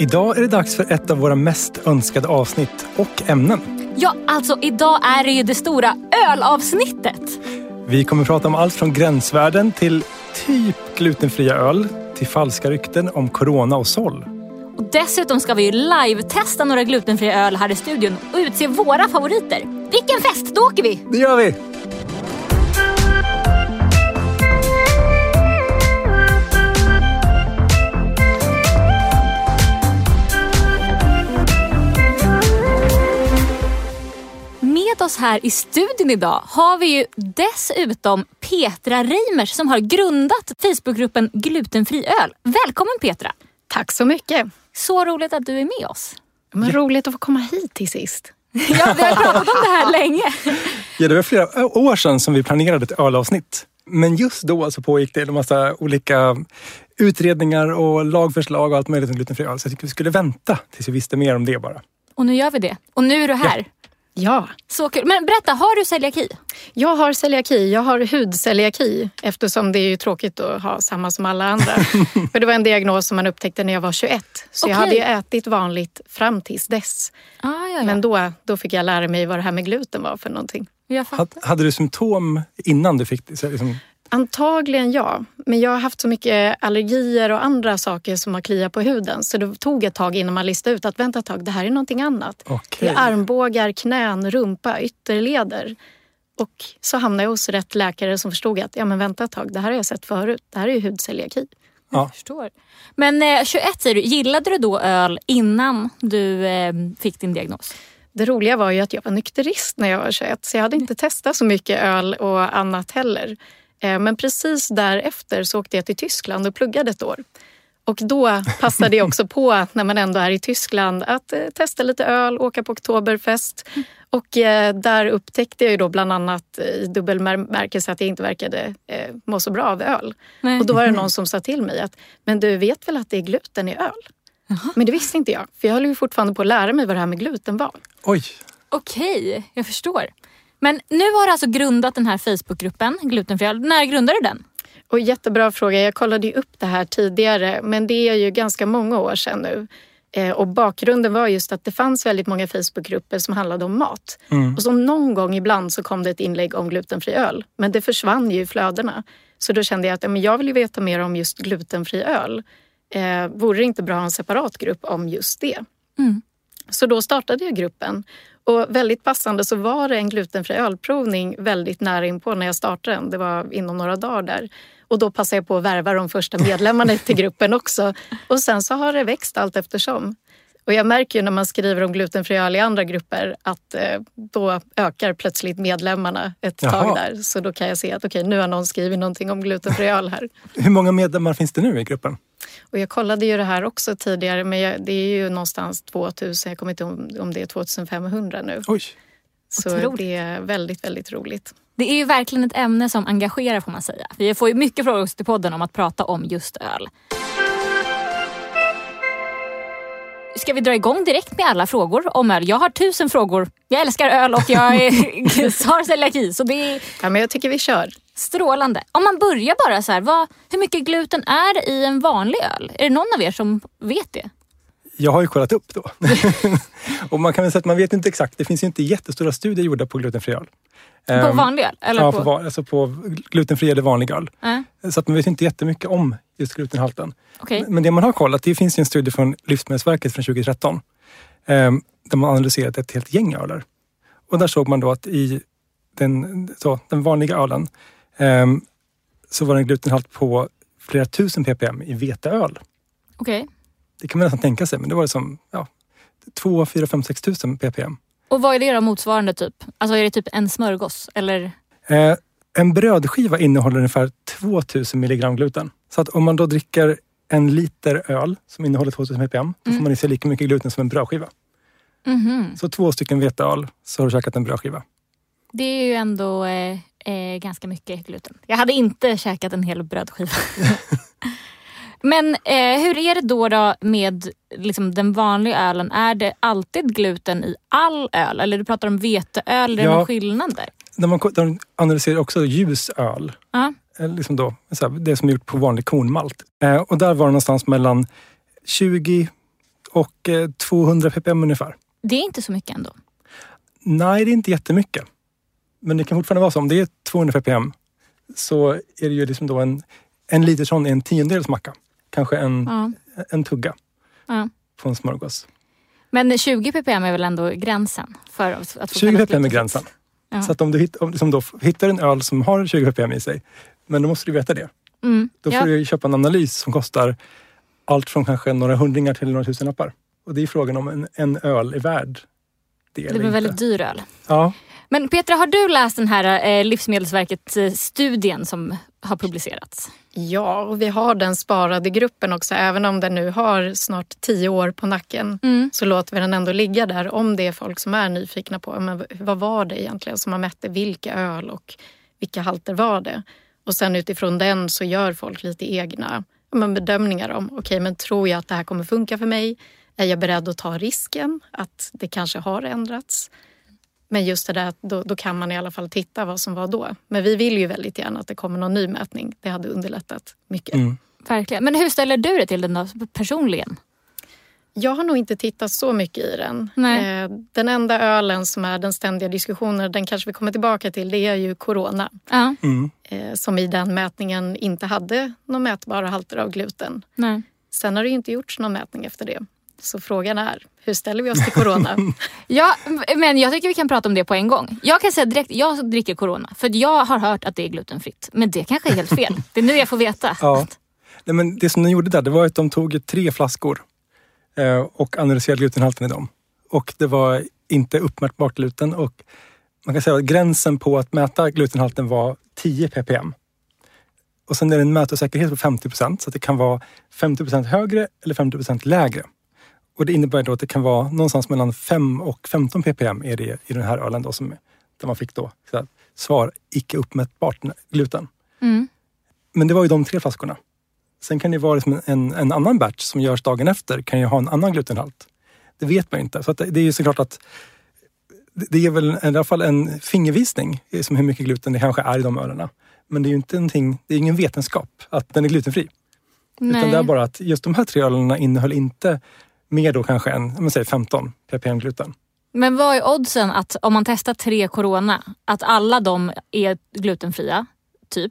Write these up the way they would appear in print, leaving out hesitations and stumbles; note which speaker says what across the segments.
Speaker 1: Idag är det dags för ett av våra mest önskade avsnitt och ämnen.
Speaker 2: Ja, alltså idag är det ju det stora ölavsnittet.
Speaker 1: Vi kommer prata om allt från gränsvärden till typ glutenfria öl till falska rykten om corona och såll.
Speaker 2: Och dessutom ska vi ju live-testa några glutenfria öl här i studion och utse våra favoriter. Vilken fest, då åker vi!
Speaker 1: Det gör vi!
Speaker 2: Med oss här i studion idag har vi ju dessutom Petra Reimers som har grundat Facebookgruppen Glutenfri öl. Välkommen Petra!
Speaker 3: Tack så mycket!
Speaker 2: Så roligt att du är med oss.
Speaker 3: Men roligt att få komma hit till sist.
Speaker 2: Ja, vi har pratat om det här länge.
Speaker 1: Ja, det var flera år sedan som vi planerade ett ölavsnitt. Men just då så pågick det en massa olika utredningar och lagförslag och allt möjligt om glutenfri öl. Så jag tyckte vi skulle vänta tills vi visste mer om det bara.
Speaker 2: Och nu gör vi det. Och nu är du här.
Speaker 3: Ja.
Speaker 2: Så kul. Men berätta, har du celiaki?
Speaker 3: Jag har celiaki. Jag har hudceliaki eftersom det är ju tråkigt att ha samma som alla andra. För det var en diagnos som man upptäckte när jag var 21. Så jag hade ju ätit vanligt fram tills dess. Men då fick jag lära mig vad det här med gluten var för någonting.
Speaker 1: Hade du symptom innan du fick det? Liksom...
Speaker 3: Antagligen ja, men jag har haft så mycket allergier och andra saker som har kliat på huden. Så det tog ett tag innan man listade ut att vänta ett tag, det här är någonting annat. Det är armbågar, knän, rumpa, ytterleder. Och så hamnade jag hos rätt läkare som förstod att ja men vänta ett tag, det här har jag sett förut. Det här är ju hudceliaki.
Speaker 2: Jag förstår. Men 21 säger du, gillade du då öl innan du fick din diagnos?
Speaker 3: Det roliga var ju att jag var nykterist när jag var 21. Så jag hade inte testat så mycket öl och annat heller. Men precis därefter så åkte jag till Tyskland och pluggade ett år. Och då passade jag också på när man ändå är i Tyskland att testa lite öl, åka på Oktoberfest. Och där upptäckte jag ju då bland annat i dubbelmärkelse att jag inte verkade må så bra av öl. Nej. Och då var det någon som sa till mig att men du vet väl att det är gluten i öl? Aha. Men det visste inte jag, för jag höll ju fortfarande på att lära mig vad det här med gluten var.
Speaker 1: Oj!
Speaker 2: Okej, jag förstår. Men nu har du alltså grundat den här Facebookgruppen, Glutenfri öl. När grundade du den?
Speaker 3: Och jättebra fråga. Jag kollade ju upp det här tidigare, men det är ju ganska många år sedan nu. Och bakgrunden var just att det fanns väldigt många Facebookgrupper som handlade om mat. Och så någon gång ibland så kom det ett inlägg om glutenfri öl. Men det försvann ju i flödena. Så då kände jag att jag vill ju veta mer om just glutenfri öl. Vore det inte bra att ha en separat grupp om just det? Så då startade jag gruppen. Och väldigt passande så var det en glutenfri ölprovning väldigt nära in på när jag startade den. Det var inom några dagar där. Och då passade jag på att värva de första medlemmarna till gruppen också. Och sen så har det växt allt eftersom. Och jag märker ju när man skriver om glutenfri öl i andra grupper att då ökar plötsligt medlemmarna ett tag där. Så då kan jag se att nu har någon skrivit någonting om glutenfri öl här.
Speaker 1: Hur många medlemmar finns det nu i gruppen?
Speaker 3: Och jag kollade ju det här också tidigare, men det är ju någonstans 2000, jag kommer inte om det är 2500 nu.
Speaker 1: Oj!
Speaker 3: Så otroligt. Det är väldigt, väldigt roligt.
Speaker 2: Det är ju verkligen ett ämne som engagerar får man säga. Vi får ju mycket frågor till podden om att prata om just öl. Ska vi dra igång direkt med alla frågor om öl? Jag har 1000 frågor. Jag älskar öl och jag har celiaki. Så det är...
Speaker 3: Ja, men jag tycker vi kör.
Speaker 2: Strålande. Om man börjar bara så här, hur mycket gluten är det i en vanlig öl? Är det någon av er som vet det?
Speaker 1: Jag har ju kollat upp då. Och man kan väl säga att man vet inte exakt. Det finns ju inte jättestora studier gjorda på glutenfri öl.
Speaker 2: På vanlig öl? Eller
Speaker 1: ja, på glutenfri eller vanlig öl. Så att man vet inte jättemycket om just glutenhalten.
Speaker 2: Okay.
Speaker 1: Men det man har kollat, det finns ju en studie från Livsmedelsverket från 2013. Där man analyserat ett helt gäng öler. Och där såg man då att i den vanliga ölen så var det en glutenhalt på flera tusen ppm i veteöl.
Speaker 2: Okej.
Speaker 1: Det kan man nästan tänka sig, men det var det som 2, 4, 5, 6 tusen ppm.
Speaker 2: Och vad är det då motsvarande typ? Alltså är det typ en smörgås eller?
Speaker 1: En brödskiva innehåller ungefär 2000 milligram gluten. Så att om man då dricker en liter öl som innehåller 2000 ppm, då får man i sig lika mycket gluten som en brödskiva. Så 2 stycken veteöl så har du käkat en brödskiva.
Speaker 2: Det är ju ändå ganska mycket gluten. Jag hade inte käkat en hel brödskiva. Men hur är det då med liksom, den vanliga ölen? Är det alltid gluten i all öl? Eller du pratar om veteöl, är det någon skillnad där?
Speaker 1: De analyserar också ljusöl. Liksom då, det som är gjort på vanlig kornmalt. Och där var det någonstans mellan 20 och 200 ppm ungefär.
Speaker 2: Det är inte så mycket ändå.
Speaker 1: Nej, det är inte jättemycket. Men det kan fortfarande vara så. Om det är 200 ppm så är det ju liksom då en liter sån är en 10-dels macka. Kanske en tugga på en smörgås.
Speaker 2: Men 20 ppm är väl ändå gränsen för att få
Speaker 1: 20 ppm är gränsen.
Speaker 2: Ja.
Speaker 1: Så att om du hittar en öl som har 20 ppm i sig, men då måste du veta det. Då får du köpa en analys som kostar allt från kanske några hundringar till några tusenlappar. Och det är frågan om en öl är värd det.
Speaker 2: Det blir väldigt dyr öl.
Speaker 1: Ja.
Speaker 2: Men Petra, har du läst den här Livsmedelsverket-studien som har publicerats?
Speaker 3: Ja, och vi har den sparad i gruppen också. Även om den nu har snart 10 år på nacken så låter vi den ändå ligga där. Om det är folk som är nyfikna på men vad var det egentligen som man mätte, vilka öl och vilka halter var det. Och sen utifrån den så gör folk lite egna bedömningar om okej, men tror jag att det här kommer funka för mig? Är jag beredd att ta risken att det kanske har ändrats? Men just det där, då kan man i alla fall titta vad som var då. Men vi vill ju väldigt gärna att det kommer någon ny mätning. Det hade underlättat mycket.
Speaker 2: Verkligen. Men hur ställer du dig till den då personligen?
Speaker 3: Jag har nog inte tittat så mycket i den.
Speaker 2: Nej.
Speaker 3: Den enda ölen som är den ständiga diskussionen, den kanske vi kommer tillbaka till, det är ju Corona.
Speaker 2: Ja.
Speaker 3: Som i den mätningen inte hade några mätbara halter av gluten.
Speaker 2: Nej.
Speaker 3: Sen har det ju inte gjorts någon mätning efter det. Så frågan är, hur ställer vi oss till Corona?
Speaker 2: Ja, men jag tycker vi kan prata om det på en gång. Jag kan säga direkt, jag dricker Corona. För jag har hört att det är glutenfritt. Men det kanske är helt fel. Det är nu jag får veta.
Speaker 1: Ja. Nej, men det som de gjorde där, det var att de tog 3 flaskor och analyserade glutenhalten i dem. Och det var inte uppmätbart gluten. Och man kan säga att gränsen på att mäta glutenhalten var 10 ppm. Och sen är det en mätosäkerhet på 50%. Så att det kan vara 50% högre eller 50% lägre. Och det innebär då att det kan vara någonstans mellan 5 och 15 ppm är det i den här ölen då, där man fick då svar icke uppmätbart gluten. Men det var ju de 3 flaskorna. Sen kan det vara liksom en annan batch som görs dagen efter kan ju ha en annan glutenhalt. Det vet man inte. Så att det är ju såklart att det är väl i alla fall en fingervisning som hur mycket gluten det kanske är i de ölerna. Men det är ju inte någonting, det är ingen vetenskap att den är glutenfri.
Speaker 2: Nej.
Speaker 1: Utan det är bara att just de här 3 ölerna innehöll inte mer då kanske 15 ppm gluten.
Speaker 2: Men vad är oddsen att om man testar 3 Corona, att alla de är glutenfria, typ?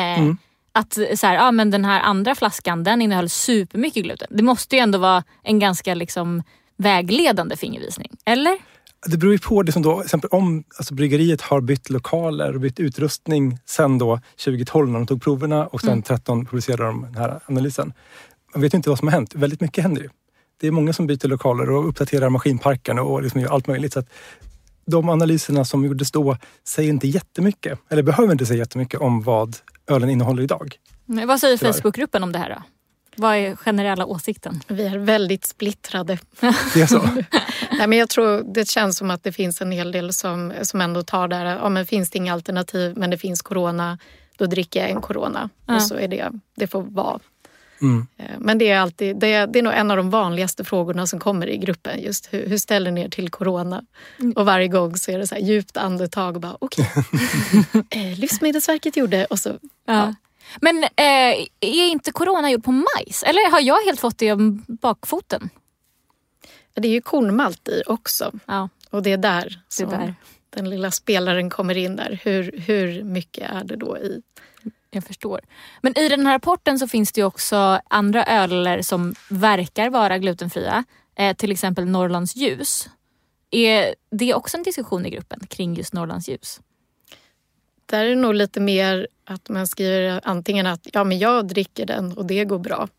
Speaker 2: Att så här, men den här andra flaskan, den innehöll supermycket gluten. Det måste ju ändå vara en ganska liksom vägledande fingervisning, eller?
Speaker 1: Det beror ju på det som då, till exempel om bryggeriet har bytt lokaler och bytt utrustning sen då 2012 när de tog proverna och sen 2013 publicerade de den här analysen. Man vet ju inte vad som har hänt. Väldigt mycket händer ju. Det är många som byter lokaler och uppdaterar maskinparken och liksom gör allt möjligt. Så att de analyserna som gjordes då säger inte jättemycket, eller behöver inte säga jättemycket om vad ölen innehåller idag.
Speaker 2: Men vad säger Facebookgruppen om det här då? Vad är generella åsikten?
Speaker 3: Vi är väldigt splittrade.
Speaker 1: Det är så?
Speaker 3: Nej, men jag tror det känns som att det finns en hel del som ändå tar där. Ja, men finns det inga alternativ men det finns Corona, då dricker jag en Corona. Och så är det får vara. Men det är alltid, det är nog en av de vanligaste frågorna som kommer i gruppen. Just hur ställer ni er till Corona? Och varje gång så är det så här djupt andetag och bara okej. Livsmedelsverket gjorde och så. Ja.
Speaker 2: Men är inte Corona gjord på majs? Eller har jag helt fått det om bakfoten?
Speaker 3: Det är ju kornmalt i också.
Speaker 2: Ja.
Speaker 3: Och det är där som den lilla spelaren kommer in där. Hur mycket är det då i?
Speaker 2: Jag förstår. Men i den här rapporten så finns det ju också andra öler som verkar vara glutenfria. Till exempel Norrlands ljus. Är det också en diskussion i gruppen kring just Norrlands ljus?
Speaker 3: Där är det nog lite mer att man skriver antingen att men jag dricker den och det går bra.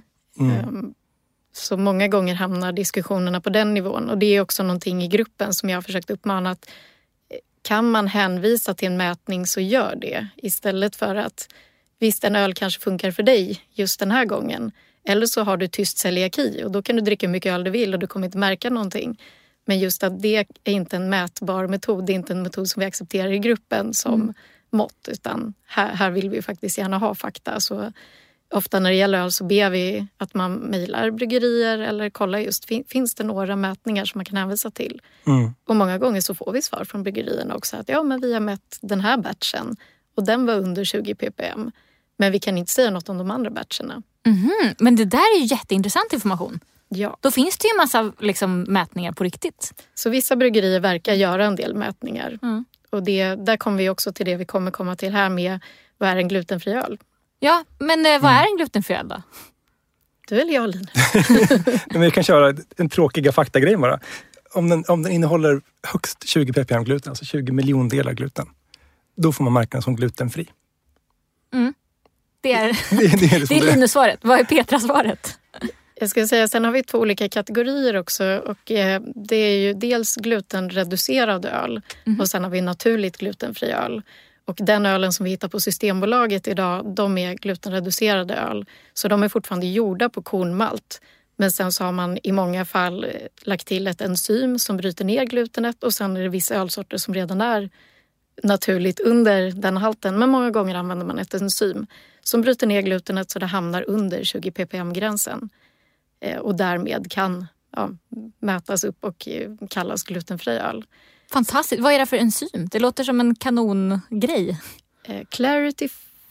Speaker 3: Så många gånger hamnar diskussionerna på den nivån. Och det är också någonting i gruppen som jag har försökt uppmana att kan man hänvisa till en mätning så gör det. Istället för att visst en öl kanske funkar för dig just den här gången. Eller så har du tyst celiaki och då kan du dricka hur mycket öl du vill och du kommer inte märka någonting. Men just att det är inte en mätbar metod. Det är inte en metod som vi accepterar i gruppen som mått. Utan här vill vi faktiskt gärna ha fakta. Så ofta när det gäller öl så ber vi att man mejlar bryggerier eller kollar just finns det några mätningar som man kan hänvisa till. Och många gånger så får vi svar från bryggerierna också att men vi har mätt den här batchen och den var under 20 ppm. Men vi kan inte säga något om de andra batcherna.
Speaker 2: Men det där är ju jätteintressant information.
Speaker 3: Ja.
Speaker 2: Då finns det ju massa liksom, mätningar på riktigt.
Speaker 3: Så vissa bryggerier verkar göra en del mätningar. Och där kommer vi också till det vi kommer komma till här med vad är en glutenfri öl?
Speaker 2: Ja, men vad är en glutenfri öl då?
Speaker 3: Du eller jag, Linus?
Speaker 1: Men vi kan köra en tråkiga faktagrej bara. Om den innehåller högst 20 ppm gluten, alltså 20 miljondelar gluten, då får man märka den som glutenfri.
Speaker 2: Det är Linus-svaret. Vad är Petras svaret?
Speaker 3: Jag skulle säga, sen har vi 2 olika kategorier också. Och det är ju dels glutenreducerad öl och sen har vi naturligt glutenfri öl. Och den ölen som vi hittar på Systembolaget idag, de är glutenreducerade öl. Så de är fortfarande gjorda på kornmalt. Men sen så har man i många fall lagt till ett enzym som bryter ner glutenet. Och sen är det vissa ölsorter som redan är naturligt under den halten. Men många gånger använder man ett enzym som bryter ner glutenet så det hamnar under 20 ppm-gränsen. Och därmed kan mätas upp och kallas glutenfri öl.
Speaker 2: Fantastiskt. Vad är det för enzym? Det låter som en kanongrej.
Speaker 3: Clarity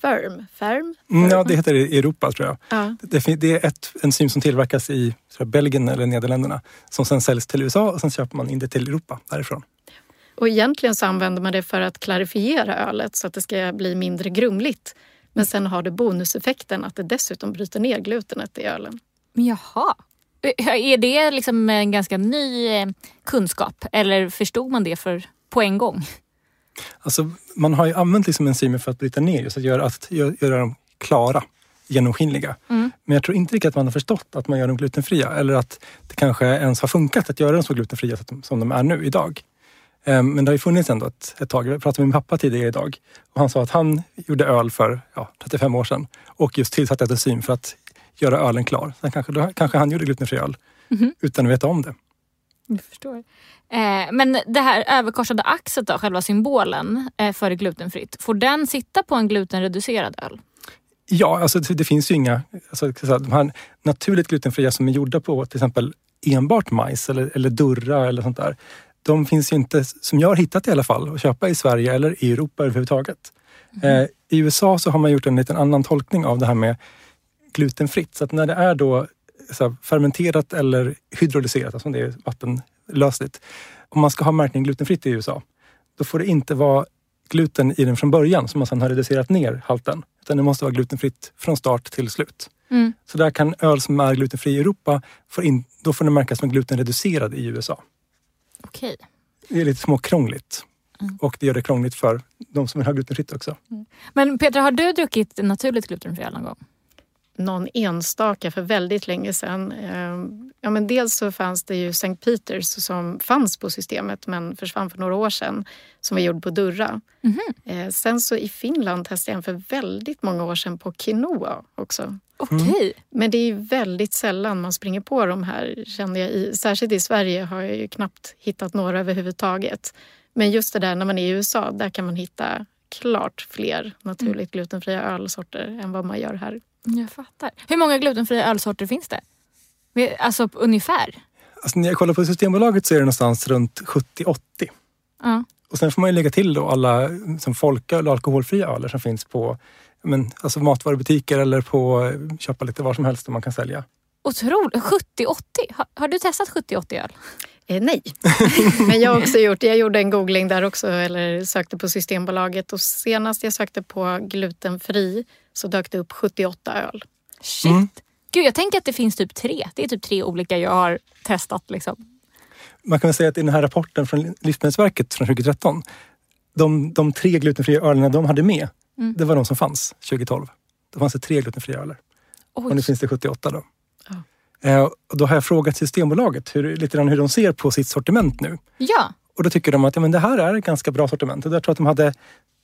Speaker 3: Ferm.
Speaker 1: Ja, det heter det i Europa tror jag.
Speaker 3: Ja.
Speaker 1: Det är ett enzym som tillverkas i Belgien eller Nederländerna som sen säljs till USA och sen köper man in det till Europa därifrån.
Speaker 3: Och egentligen så använder man det för att klarifiera ölet så att det ska bli mindre grumligt. Men sen har det bonuseffekten att det dessutom bryter ner glutenet i ölen.
Speaker 2: Jaha. Är det liksom en ganska ny kunskap? Eller förstod man det på en gång?
Speaker 1: Alltså, man har ju använt liksom enzymer för att bryta ner, just att göra dem klara, genomskinliga. Men jag tror inte riktigt att man har förstått att man gör dem glutenfria. Eller att det kanske ens har funkat att göra dem så glutenfria som de är nu idag. Men det har ju funnits ändå ett tag. Jag pratade med min pappa tidigare idag. Och han sa att han gjorde öl för 35 år sedan. Och just tillsatte ett enzym för att göra ölen klar. Sen kanske han gjorde glutenfri öl utan att veta om det.
Speaker 2: Jag förstår. Men det här överkorsade axet då, själva symbolen för glutenfritt. Får den sitta på en glutenreducerad öl?
Speaker 1: Ja, alltså det finns ju inga... Alltså, de här naturligt glutenfria som är gjorda på till exempel enbart majs eller durra eller sånt där. De finns ju inte, som jag har hittat i alla fall, att köpa i Sverige eller i Europa överhuvudtaget. I USA så har man gjort en liten annan tolkning av det här med glutenfritt. Så att när det är då fermenterat eller hydrolyserat, alltså det är vattenlösligt. Om man ska ha märkning glutenfritt i USA, då får det inte vara gluten i den från början som man sedan har reducerat ner halten. Utan det måste vara glutenfritt från start till slut. Så där kan öl som är glutenfri i Europa, då får den märkas som glutenreducerad i USA.
Speaker 2: Okej.
Speaker 1: Det är lite småkrångligt. Och det gör det krångligt för de som vill ha glutenfritt också.
Speaker 2: Men Petra, har du druckit naturligt glutenfri öl någon gång?
Speaker 3: Någon enstaka för väldigt länge sedan. Men dels så fanns det ju St. Peters som fanns på systemet men försvann för några år sedan. Som var gjord på durra. Sen så i Finland testade jag för väldigt många år sedan på quinoa också.
Speaker 2: Okej.
Speaker 3: Men det är väldigt sällan man springer på de här, känner jag. Särskilt i Sverige har jag ju knappt hittat några överhuvudtaget. Men just det där när man är i USA, där kan man hitta klart fler naturligt glutenfria ölsorter än vad man gör här.
Speaker 2: Jag fattar. Hur många glutenfria ölsorter finns det? Alltså ungefär?
Speaker 1: Alltså, när jag kollar på Systembolaget så är det någonstans runt 70-80. Och sen får man ju lägga till då alla som folköl och alkoholfria öler som finns på alltså matvarubutiker eller på köpa lite var som helst som man kan sälja.
Speaker 2: Otroligt. 70-80? Har du testat 70-80 öl?
Speaker 3: Nej, men jag har också jag gjorde en googling där också eller sökte på Systembolaget och senast jag sökte på glutenfri så dök det upp 78 öl.
Speaker 2: Shit. Gud, jag tänker att det finns typ 3. Det är typ 3 olika jag har testat liksom.
Speaker 1: Man kan väl säga att i den här rapporten från Livsmedelsverket från 2013, de 3 glutenfria ölerna de hade med, det var de som fanns 2012. Då fanns det 3 glutenfria öler. Och nu finns det 78 då. Och då har jag frågat Systembolaget lite grann hur de ser på sitt sortiment nu.
Speaker 2: Ja.
Speaker 1: Och då tycker de att det här är ett ganska bra sortiment. Och jag tror att de hade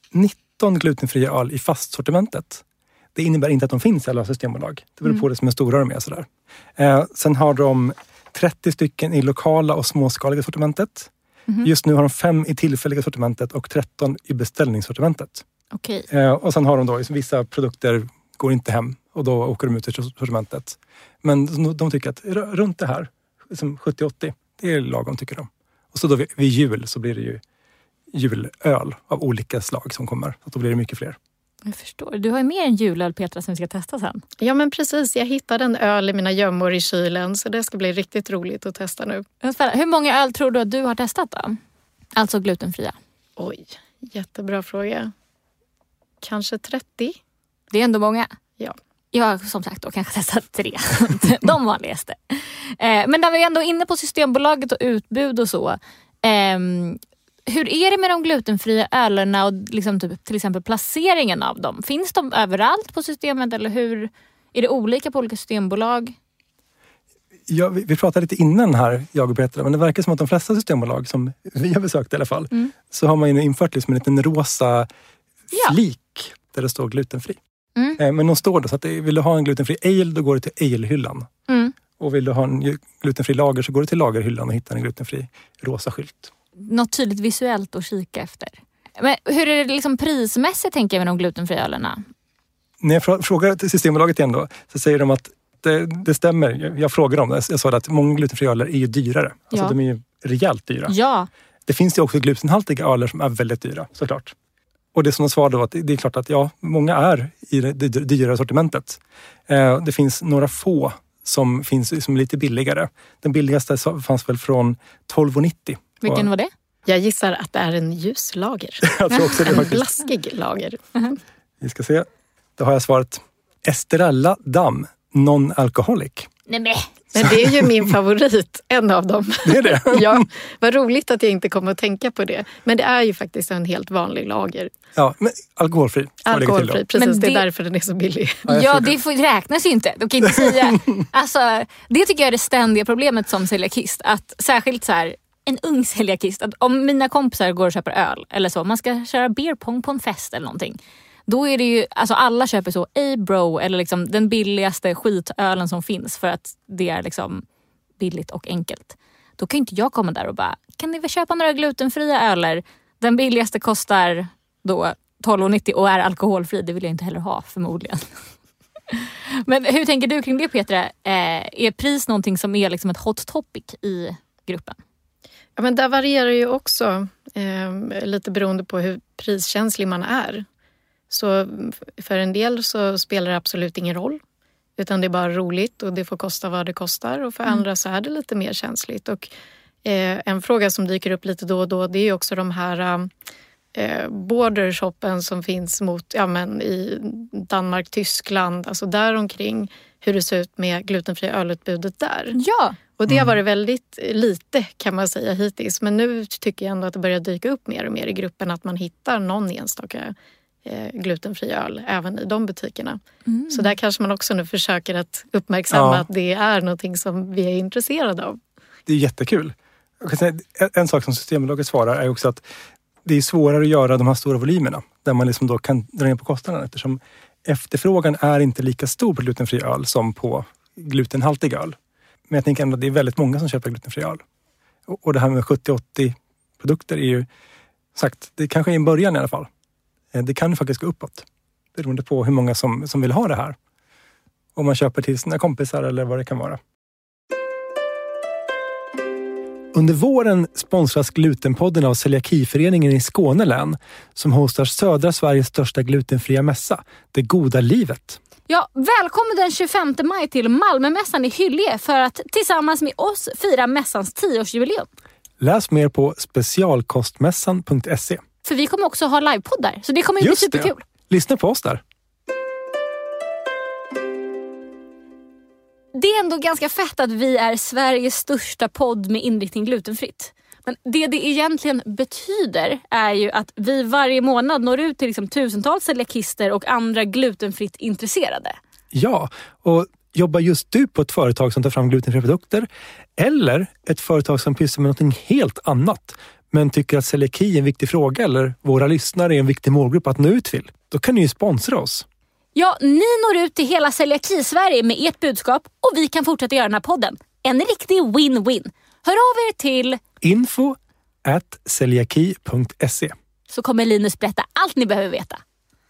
Speaker 1: 19 glutenfria öl i fastsortimentet. Det innebär inte att de finns i alla systembolag. Det beror på det som är stora de är sådär. Sen har de 30 stycken i lokala och småskaliga sortimentet. Just nu har de 5 i tillfälliga sortimentet och 13 i beställningssortimentet.
Speaker 2: Okej.
Speaker 1: Och sen har de då vissa produkter går inte hem och då åker de ut i sortimentet. Men de tycker att runt det här, liksom 70-80, det är lagom tycker de. Och så då vid jul så blir det ju julöl av olika slag som kommer. Så då blir det mycket fler.
Speaker 2: Jag förstår. Du har ju mer en julöl, Petra, som vi ska testa sen.
Speaker 3: Ja, men precis. Jag hittade en öl i mina gömmor i kylen, så det ska bli riktigt roligt att testa nu.
Speaker 2: Hur många öl tror du att du har testat då? Alltså glutenfria.
Speaker 3: Oj, jättebra fråga. Kanske 30?
Speaker 2: Det är ändå många.
Speaker 3: Ja.
Speaker 2: Jag har som sagt då kanske testat 3. De vanligaste. Men när vi är ändå inne på Systembolaget och utbud och så. Hur är det med de glutenfria ölerna och liksom typ, till exempel placeringen av dem? Finns de överallt på systemet eller hur är det olika på olika systembolag?
Speaker 1: Ja, vi pratade lite innan här, jag och Petra, men det verkar som att de flesta systembolag som vi har besökt i alla fall, så har man ju infört liksom en liten rosa flik där det står glutenfri. Men de står då så att vill du ha en glutenfri ale, då går du till ale-hyllan. Och vill du ha en glutenfri lager så går du till lagerhyllan och hittar en glutenfri rosa skylt.
Speaker 2: Något tydligt visuellt att kika efter. Men hur är det liksom prismässigt, tänker jag, med de glutenfria ölerna?
Speaker 1: När jag frågar till Systembolaget igen då, så säger de att det stämmer. Jag frågar om det. Jag sa att många glutenfria öler är ju dyrare. Alltså de är ju rejält dyra.
Speaker 2: Ja.
Speaker 1: Det finns ju också glutenhaltiga öler som är väldigt dyra, såklart. Och det som de svarar då, att det är klart att många är i det dyrare sortimentet. Det finns några få som finns som är lite billigare. Den billigaste fanns väl från 12,90.
Speaker 2: Vilken var det?
Speaker 3: Jag gissar att det är en ljuslager.
Speaker 1: Jag tror också det
Speaker 3: en
Speaker 1: faktiskt.
Speaker 3: blaskig lager.
Speaker 1: Vi ska se. Då har jag svarat Estrella Damm Non-alcoholic.
Speaker 2: Nej,
Speaker 3: men det är ju min favorit, en av dem.
Speaker 1: Det är det?
Speaker 3: Ja, vad roligt att jag inte kommer att tänka på det. Men det är ju faktiskt en helt vanlig lager.
Speaker 1: Ja, men alkoholfri.
Speaker 3: Alkoholfri, precis.
Speaker 2: Men
Speaker 3: det är därför den är så billig.
Speaker 2: Ja, det räknas ju inte. De kan inte säga. Alltså, det tycker jag är det ständiga problemet som celiakist. Att särskilt så här, en ung celiakist. Att om mina kompisar går och köper öl eller så. Man ska köra beer pong på en fest eller någonting. Då är det ju, alltså alla köper så A-bro eller liksom den billigaste skitölen som finns för att det är liksom billigt och enkelt. Då kan inte jag komma där och bara, kan ni väl köpa några glutenfria öler? Den billigaste kostar då 12,90 och är alkoholfri. Det vill jag inte heller ha förmodligen. Men hur tänker du kring det, Petra? Är pris någonting som är liksom ett hot topic i gruppen?
Speaker 3: Ja, men där varierar ju också lite beroende på hur priskänslig man är. Så för en del så spelar det absolut ingen roll. Utan det är bara roligt och det får kosta vad det kostar. Och för andra så är det lite mer känsligt. Och en fråga som dyker upp lite då och då, det är ju också de här bordershoppen som finns mot i Danmark, Tyskland, alltså där omkring, hur det ser ut med glutenfria ölutbudet där.
Speaker 2: Ja.
Speaker 3: Och det har varit väldigt lite, kan man säga, hittills. Men nu tycker jag ändå att det börjar dyka upp mer och mer i gruppen, att man hittar någon enstaka glutenfri öl även i de butikerna. Så där kanske man också nu försöker att uppmärksamma att det är någonting som vi är intresserade av.
Speaker 1: Det är jättekul. Jag kan säga, en sak som Systembolaget svarar är också att det är svårare att göra de här stora volymerna där man liksom då kan dra ner på kostnaderna, eftersom efterfrågan är inte lika stor på glutenfri öl som på glutenhaltig öl. Men jag tänker ändå att det är väldigt många som köper glutenfri öl. Och det här med 70-80 produkter är ju sagt, det kanske är en början i alla fall. Det kan ju faktiskt gå uppåt. Beroende på hur många som vill ha det här. Om man köper till sina kompisar eller vad det kan vara. Under våren sponsras Glutenpodden av Celiakiföreningen i Skåne län som hostar södra Sveriges största glutenfria mässa, Det goda livet.
Speaker 2: Ja, välkommen den 25 maj till Malmömässan i Hyllie för att tillsammans med oss fira mässans 10-årsjubileum.
Speaker 1: Läs mer på specialkostmässan.se.
Speaker 2: För vi kommer också ha livepoddar, så det kommer ju bli superkul.
Speaker 1: Det. Lyssna på oss där.
Speaker 2: Det är ändå ganska fett att vi är Sveriges största podd med inriktning glutenfritt. Men det egentligen betyder är ju att vi varje månad når ut till liksom tusentals celiakister och andra glutenfritt intresserade.
Speaker 1: Ja, och jobbar just du på ett företag som tar fram glutenfria produkter eller ett företag som pysslar med något helt annat men tycker att celiaki är en viktig fråga eller våra lyssnare är en viktig målgrupp att nå ut till, då kan ni ju sponsra oss.
Speaker 2: Ja, ni når ut till hela Celiaki-Sverige med ert budskap och vi kan fortsätta göra den här podden. En riktig win-win. Hör av er till
Speaker 1: info@celiaki.se
Speaker 2: så kommer Linus berätta allt ni behöver veta.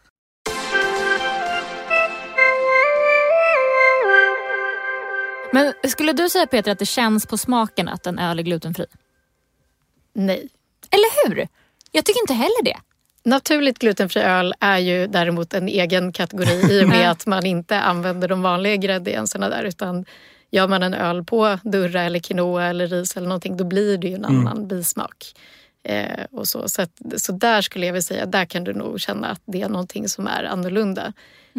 Speaker 2: Men skulle du säga, Peter, att det känns på smaken att en öl är glutenfri?
Speaker 3: Nej.
Speaker 2: Eller hur? Jag tycker inte heller det.
Speaker 3: Naturligt glutenfri öl är ju däremot en egen kategori i och med att man inte använder de vanliga ingredienserna där, utan gör man en öl på durra eller quinoa eller ris eller någonting, då blir det ju en annan bismak. Och så där skulle jag vilja säga, där kan du nog känna att det är någonting som är annorlunda.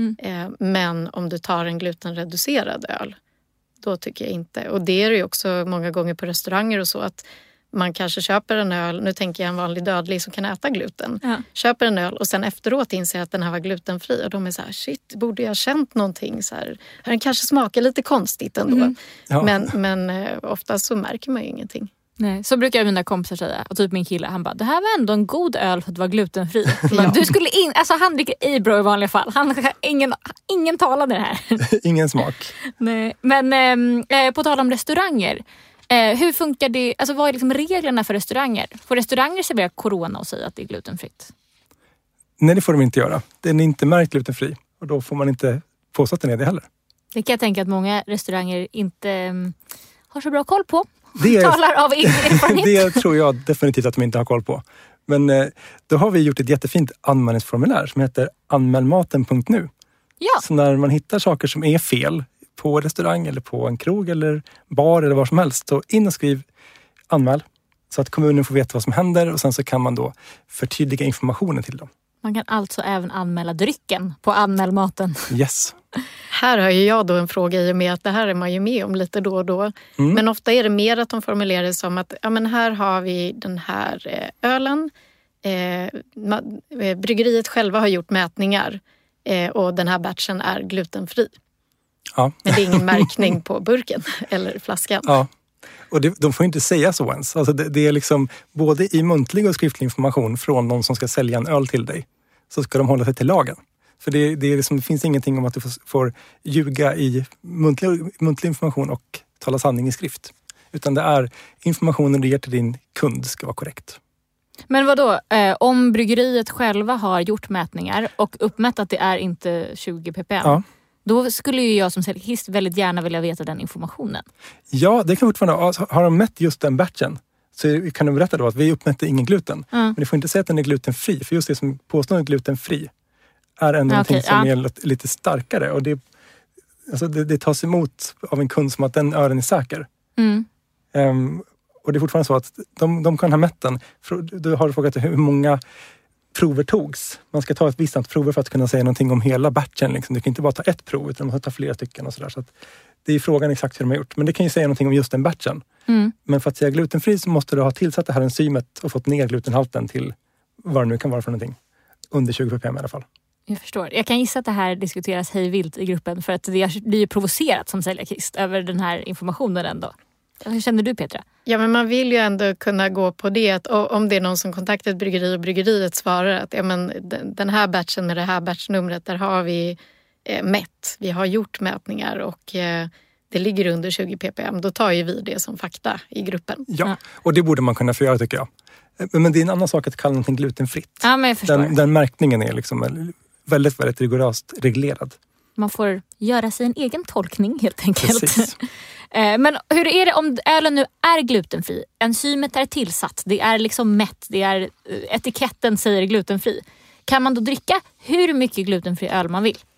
Speaker 3: Men om du tar en glutenreducerad öl, då tycker jag inte. Och det är ju också många gånger på restauranger och så att man kanske köper en öl, nu tänker jag en vanlig dödlig som kan äta gluten. Ja. Köper en öl och sen efteråt inser att den här var glutenfri. Och de är så här, shit, borde jag ha känt någonting? Så här, den kanske smakar lite konstigt ändå. Ja. Men oftast så märker man ju ingenting.
Speaker 2: Nej, så brukar mina kompisar säga. Och typ min kille, han bara, det här var ändå en god öl för att vara glutenfri. Ja. Du skulle alltså han dricker Ebro i vanliga fall. Ingen talade det här.
Speaker 1: Ingen smak.
Speaker 2: Nej. Men på tal om restauranger. Hur funkar det? Alltså vad är liksom reglerna för restauranger? Får restauranger servera corona och säga att det är glutenfritt?
Speaker 1: Nej, det får de inte göra. Den är inte märkt glutenfri. Och då får man inte påstå att den är det heller.
Speaker 2: Det kan jag tänka att många restauranger inte har så bra koll på. Talar av egen erfarenhet.
Speaker 1: Det tror jag definitivt att de inte har koll på. Men då har vi gjort ett jättefint anmälningsformulär som heter anmälmaten.nu.
Speaker 2: Ja.
Speaker 1: Så när man hittar saker som är fel på restaurang eller på en krog eller bar eller var som helst, så in och skriv anmäl så att kommunen får veta vad som händer och sen så kan man då förtydliga informationen till dem.
Speaker 2: Man kan alltså även anmäla drycken på anmälmaten.
Speaker 1: Yes.
Speaker 3: Här har ju jag då en fråga i och med att det här är man ju med om lite då och då. Men ofta är det mer att de formulerar det som att ja, men här har vi den här ölen. Bryggeriet själva har gjort mätningar och den här batchen är glutenfri.
Speaker 1: Ja.
Speaker 3: Men det är ingen märkning på burken eller flaskan.
Speaker 1: Ja. Och de får inte säga så ens. Alltså det är liksom både i muntlig och skriftlig information från någon som ska sälja en öl till dig, så ska de hålla sig till lagen. För det finns ingenting om att du får ljuga i muntlig information och tala sanning i skrift. Utan det är informationen du ger till din kund ska vara korrekt.
Speaker 2: Men vadå, om bryggeriet själva har gjort mätningar och uppmätt att det är inte 20 ppm, då skulle ju jag som celiakist väldigt gärna vilja veta den informationen. Ja,
Speaker 1: det kan fortfarande vara. Har de mätt just den batchen så kan de berätta då att vi uppmätte ingen gluten. Men du får inte säga att den är glutenfri, för just det som påstår glutenfri är ändå någonting som är lite starkare. Och det tas emot av en kund som att den ölen är säker. Och det är fortfarande så att de kan ha mätt den. Du har frågat hur många prover togs. Man ska ta ett visst antal prover för att kunna säga någonting om hela batchen. Liksom. Du kan inte bara ta ett prov utan man måste ta flera stycken och sådär. Så att det är frågan exakt hur de har gjort. Men det kan ju säga någonting om just den batchen. Men för att säga glutenfri så måste du ha tillsatt det här enzymet och fått ner glutenhalten till vad det nu kan vara för någonting. Under 20 ppm i alla fall.
Speaker 2: Jag förstår. Jag kan gissa att det här diskuteras hejvilt i gruppen för att det blir ju provocerat som celiakist över den här informationen ändå. Hur känner du, Petra?
Speaker 3: Ja, men man vill ju ändå kunna gå på det att om det är någon som kontaktar ett bryggeri och bryggeriet svarar att ja, men den här batchen med det här batchnumret, där har vi mätt. Vi har gjort mätningar och det ligger under 20 ppm. Då tar ju vi det som fakta i gruppen.
Speaker 1: Ja, och det borde man kunna få göra tycker jag. Men det är en annan sak att kalla någonting glutenfritt.
Speaker 2: Ja, men jag förstår.
Speaker 1: Den märkningen är liksom väldigt, väldigt rigoröst reglerad.
Speaker 2: Man får göra sig en egen tolkning helt enkelt. Precis. Men hur är det om ölen nu är glutenfri? Enzymet är tillsatt, det är liksom mätt, etiketten säger glutenfri. Kan man då dricka hur mycket glutenfri öl man vill?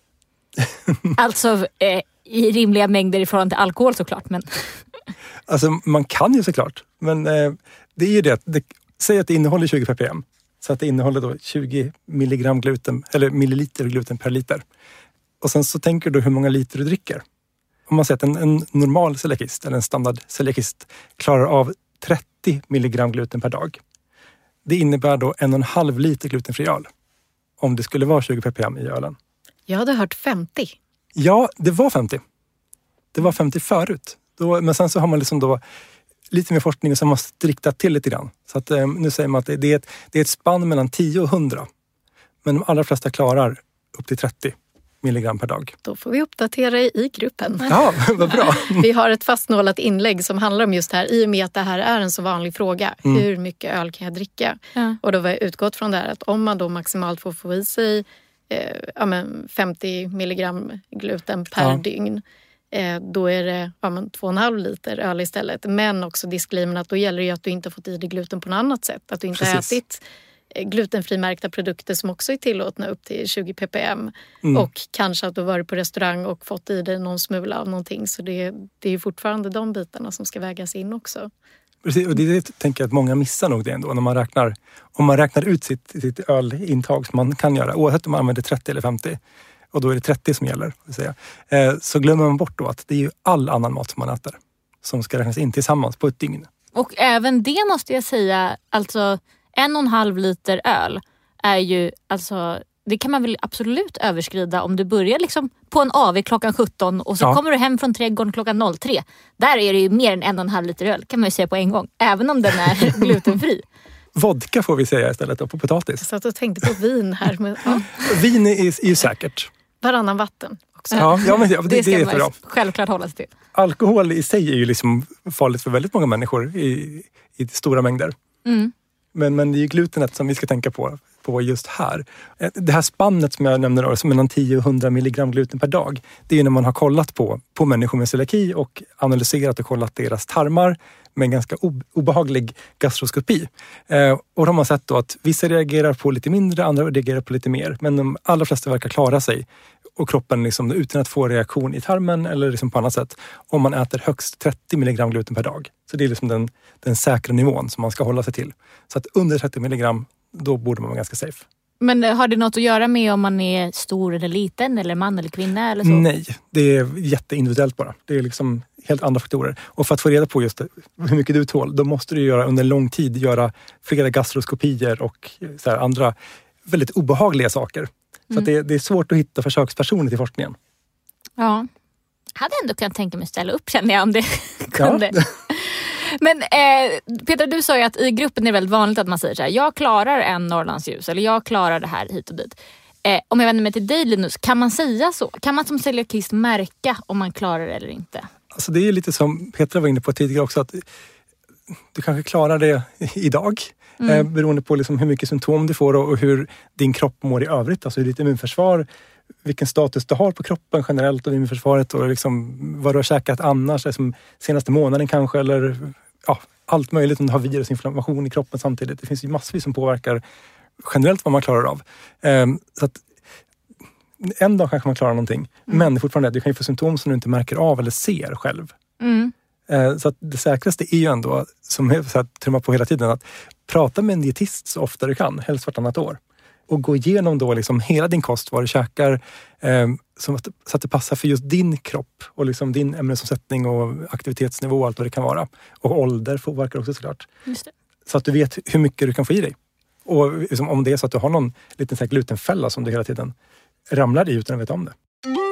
Speaker 2: Alltså i rimliga mängder i förhållande till alkohol såklart. Men...
Speaker 1: Alltså man kan ju såklart, men det är ju det att säg att det innehåller 20 ppm. Så att det innehåller då 20 milligram gluten, eller milliliter gluten per liter. Och sen så tänker du hur många liter du dricker. Om man säger att en normal celiakist eller en standard celiakist klarar av 30 milligram gluten per dag. Det innebär då 1,5 liter glutenfri öl. Om det skulle vara 20 ppm i ölen.
Speaker 3: Jag hade hört 50.
Speaker 1: Ja, det var 50. Det var 50 förut. Men sen så har man liksom då lite mer forskning och så har man striktat till lite grann. Så att nu säger man att det är ett spann mellan 10 och 100. Men de allra flesta klarar upp till 30 milligram per dag.
Speaker 3: Då får vi uppdatera i gruppen.
Speaker 1: Ja, vad bra.
Speaker 3: Vi har ett fastnålat inlägg som handlar om just det här. I och med att det här är en så vanlig fråga. Hur mycket öl kan jag dricka? Ja. Och då har jag utgått från det här att om man då maximalt får få i sig 50 milligram gluten per dygn. Då är det 2,5 liter öl istället. Men också disclaimen att då gäller det ju att du inte fått i dig gluten på något annat sätt. Att du inte har ätit glutenfrimärkta produkter som också är tillåtna upp till 20 ppm. Och kanske att du varit på restaurang och fått i dig någon smula av någonting. Så det är fortfarande de bitarna som ska vägas in också.
Speaker 1: Precis, och det tänker jag att många missar nog det ändå. När man räknar, om man räknar ut sitt ölintag som man kan göra, oavsett om man använder 30 eller 50, och då är det 30 som gäller, vill säga, så glömmer man bort då att det är ju all annan mat som man äter som ska räknas in tillsammans på ett dygn. Och
Speaker 2: även det måste jag säga, alltså 1,5 liter öl är ju, alltså det kan man väl absolut överskrida om du börjar liksom på en AV klockan 17 och så kommer du hem från trädgården klockan 03. Där är det ju mer än 1,5 liter öl, kan man ju säga på en gång, även om den är glutenfri.
Speaker 1: Vodka får vi säga istället då, på potatis.
Speaker 3: Jag satt och tänkte på vin här. Men,
Speaker 1: Vin är ju säkert.
Speaker 3: Varannan vatten också.
Speaker 1: Ja, men det
Speaker 2: ska
Speaker 1: är
Speaker 2: man
Speaker 1: bra.
Speaker 2: Självklart hålla sig till.
Speaker 1: Alkohol i sig är ju liksom farligt för väldigt många människor i stora mängder. Men det är ju glutenet som vi ska tänka på just här. Det här spannet som jag nämnde då, som mellan 10 och 100 milligram gluten per dag, det är ju när man har kollat på människor med celiaki och analyserat och kollat deras tarmar med en ganska obehaglig gastroskopi. Och de har sett då att vissa reagerar på lite mindre, andra reagerar på lite mer. Men de allra flesta verkar klara sig och kroppen liksom, utan att få reaktion i tarmen eller liksom på annat sätt, om man äter högst 30 milligram gluten per dag. Så det är liksom den säkra nivån som man ska hålla sig till. Så att under 30 milligram, då borde man vara ganska safe.
Speaker 2: Men har det något att göra med om man är stor eller liten eller man eller kvinna eller så?
Speaker 1: Nej, det är jätteindividuellt bara. Det är liksom helt andra faktorer. Och för att få reda på just hur mycket du tål, då måste du göra under lång tid göra flera gastroskopier och så här andra väldigt obehagliga saker. Så att det är svårt att hitta försökspersoner till forskningen.
Speaker 2: Ja, jag hade ändå kunnat tänka mig ställa upp, känner jag, om det kunde. Ja. Men Petra, du sa ju att i gruppen är det väldigt vanligt att man säger så här: jag klarar en Norrlandsljus eller jag klarar det här hit och dit. Om jag vänder mig till dig, Linus, kan man säga så? Kan man som celiakist märka om man klarar det eller inte?
Speaker 1: Alltså det är lite som Petra var inne på tidigare också, att du kanske klarar det idag. Beroende på liksom hur mycket symptom du får och hur din kropp mår i övrigt. Alltså ditt immunförsvar, vilken status du har på kroppen generellt och immunförsvaret och liksom vad du har käkat annars, liksom senaste månaden kanske, eller allt möjligt om du har virusinflammation i kroppen samtidigt. Det finns ju massvis som påverkar generellt vad man klarar av. Så att en dag kanske man klarar någonting, men fortfarande du kan ju få symptom som du inte märker av eller ser själv. Så att det säkraste är ju ändå, som jag trummar på hela tiden, att prata med en dietist så ofta du kan, helst vartannat år. Och gå igenom då liksom hela din kost, vad du käkar, så att det passar för just din kropp och liksom din ämnesomsättning och aktivitetsnivå och allt vad det kan vara. Och ålder påverkar också såklart.
Speaker 2: Just det.
Speaker 1: Så att du vet hur mycket du kan få i dig. Och liksom, om det är så att du har någon liten så här glutenfälla som du hela tiden ramlar i utan att veta om det.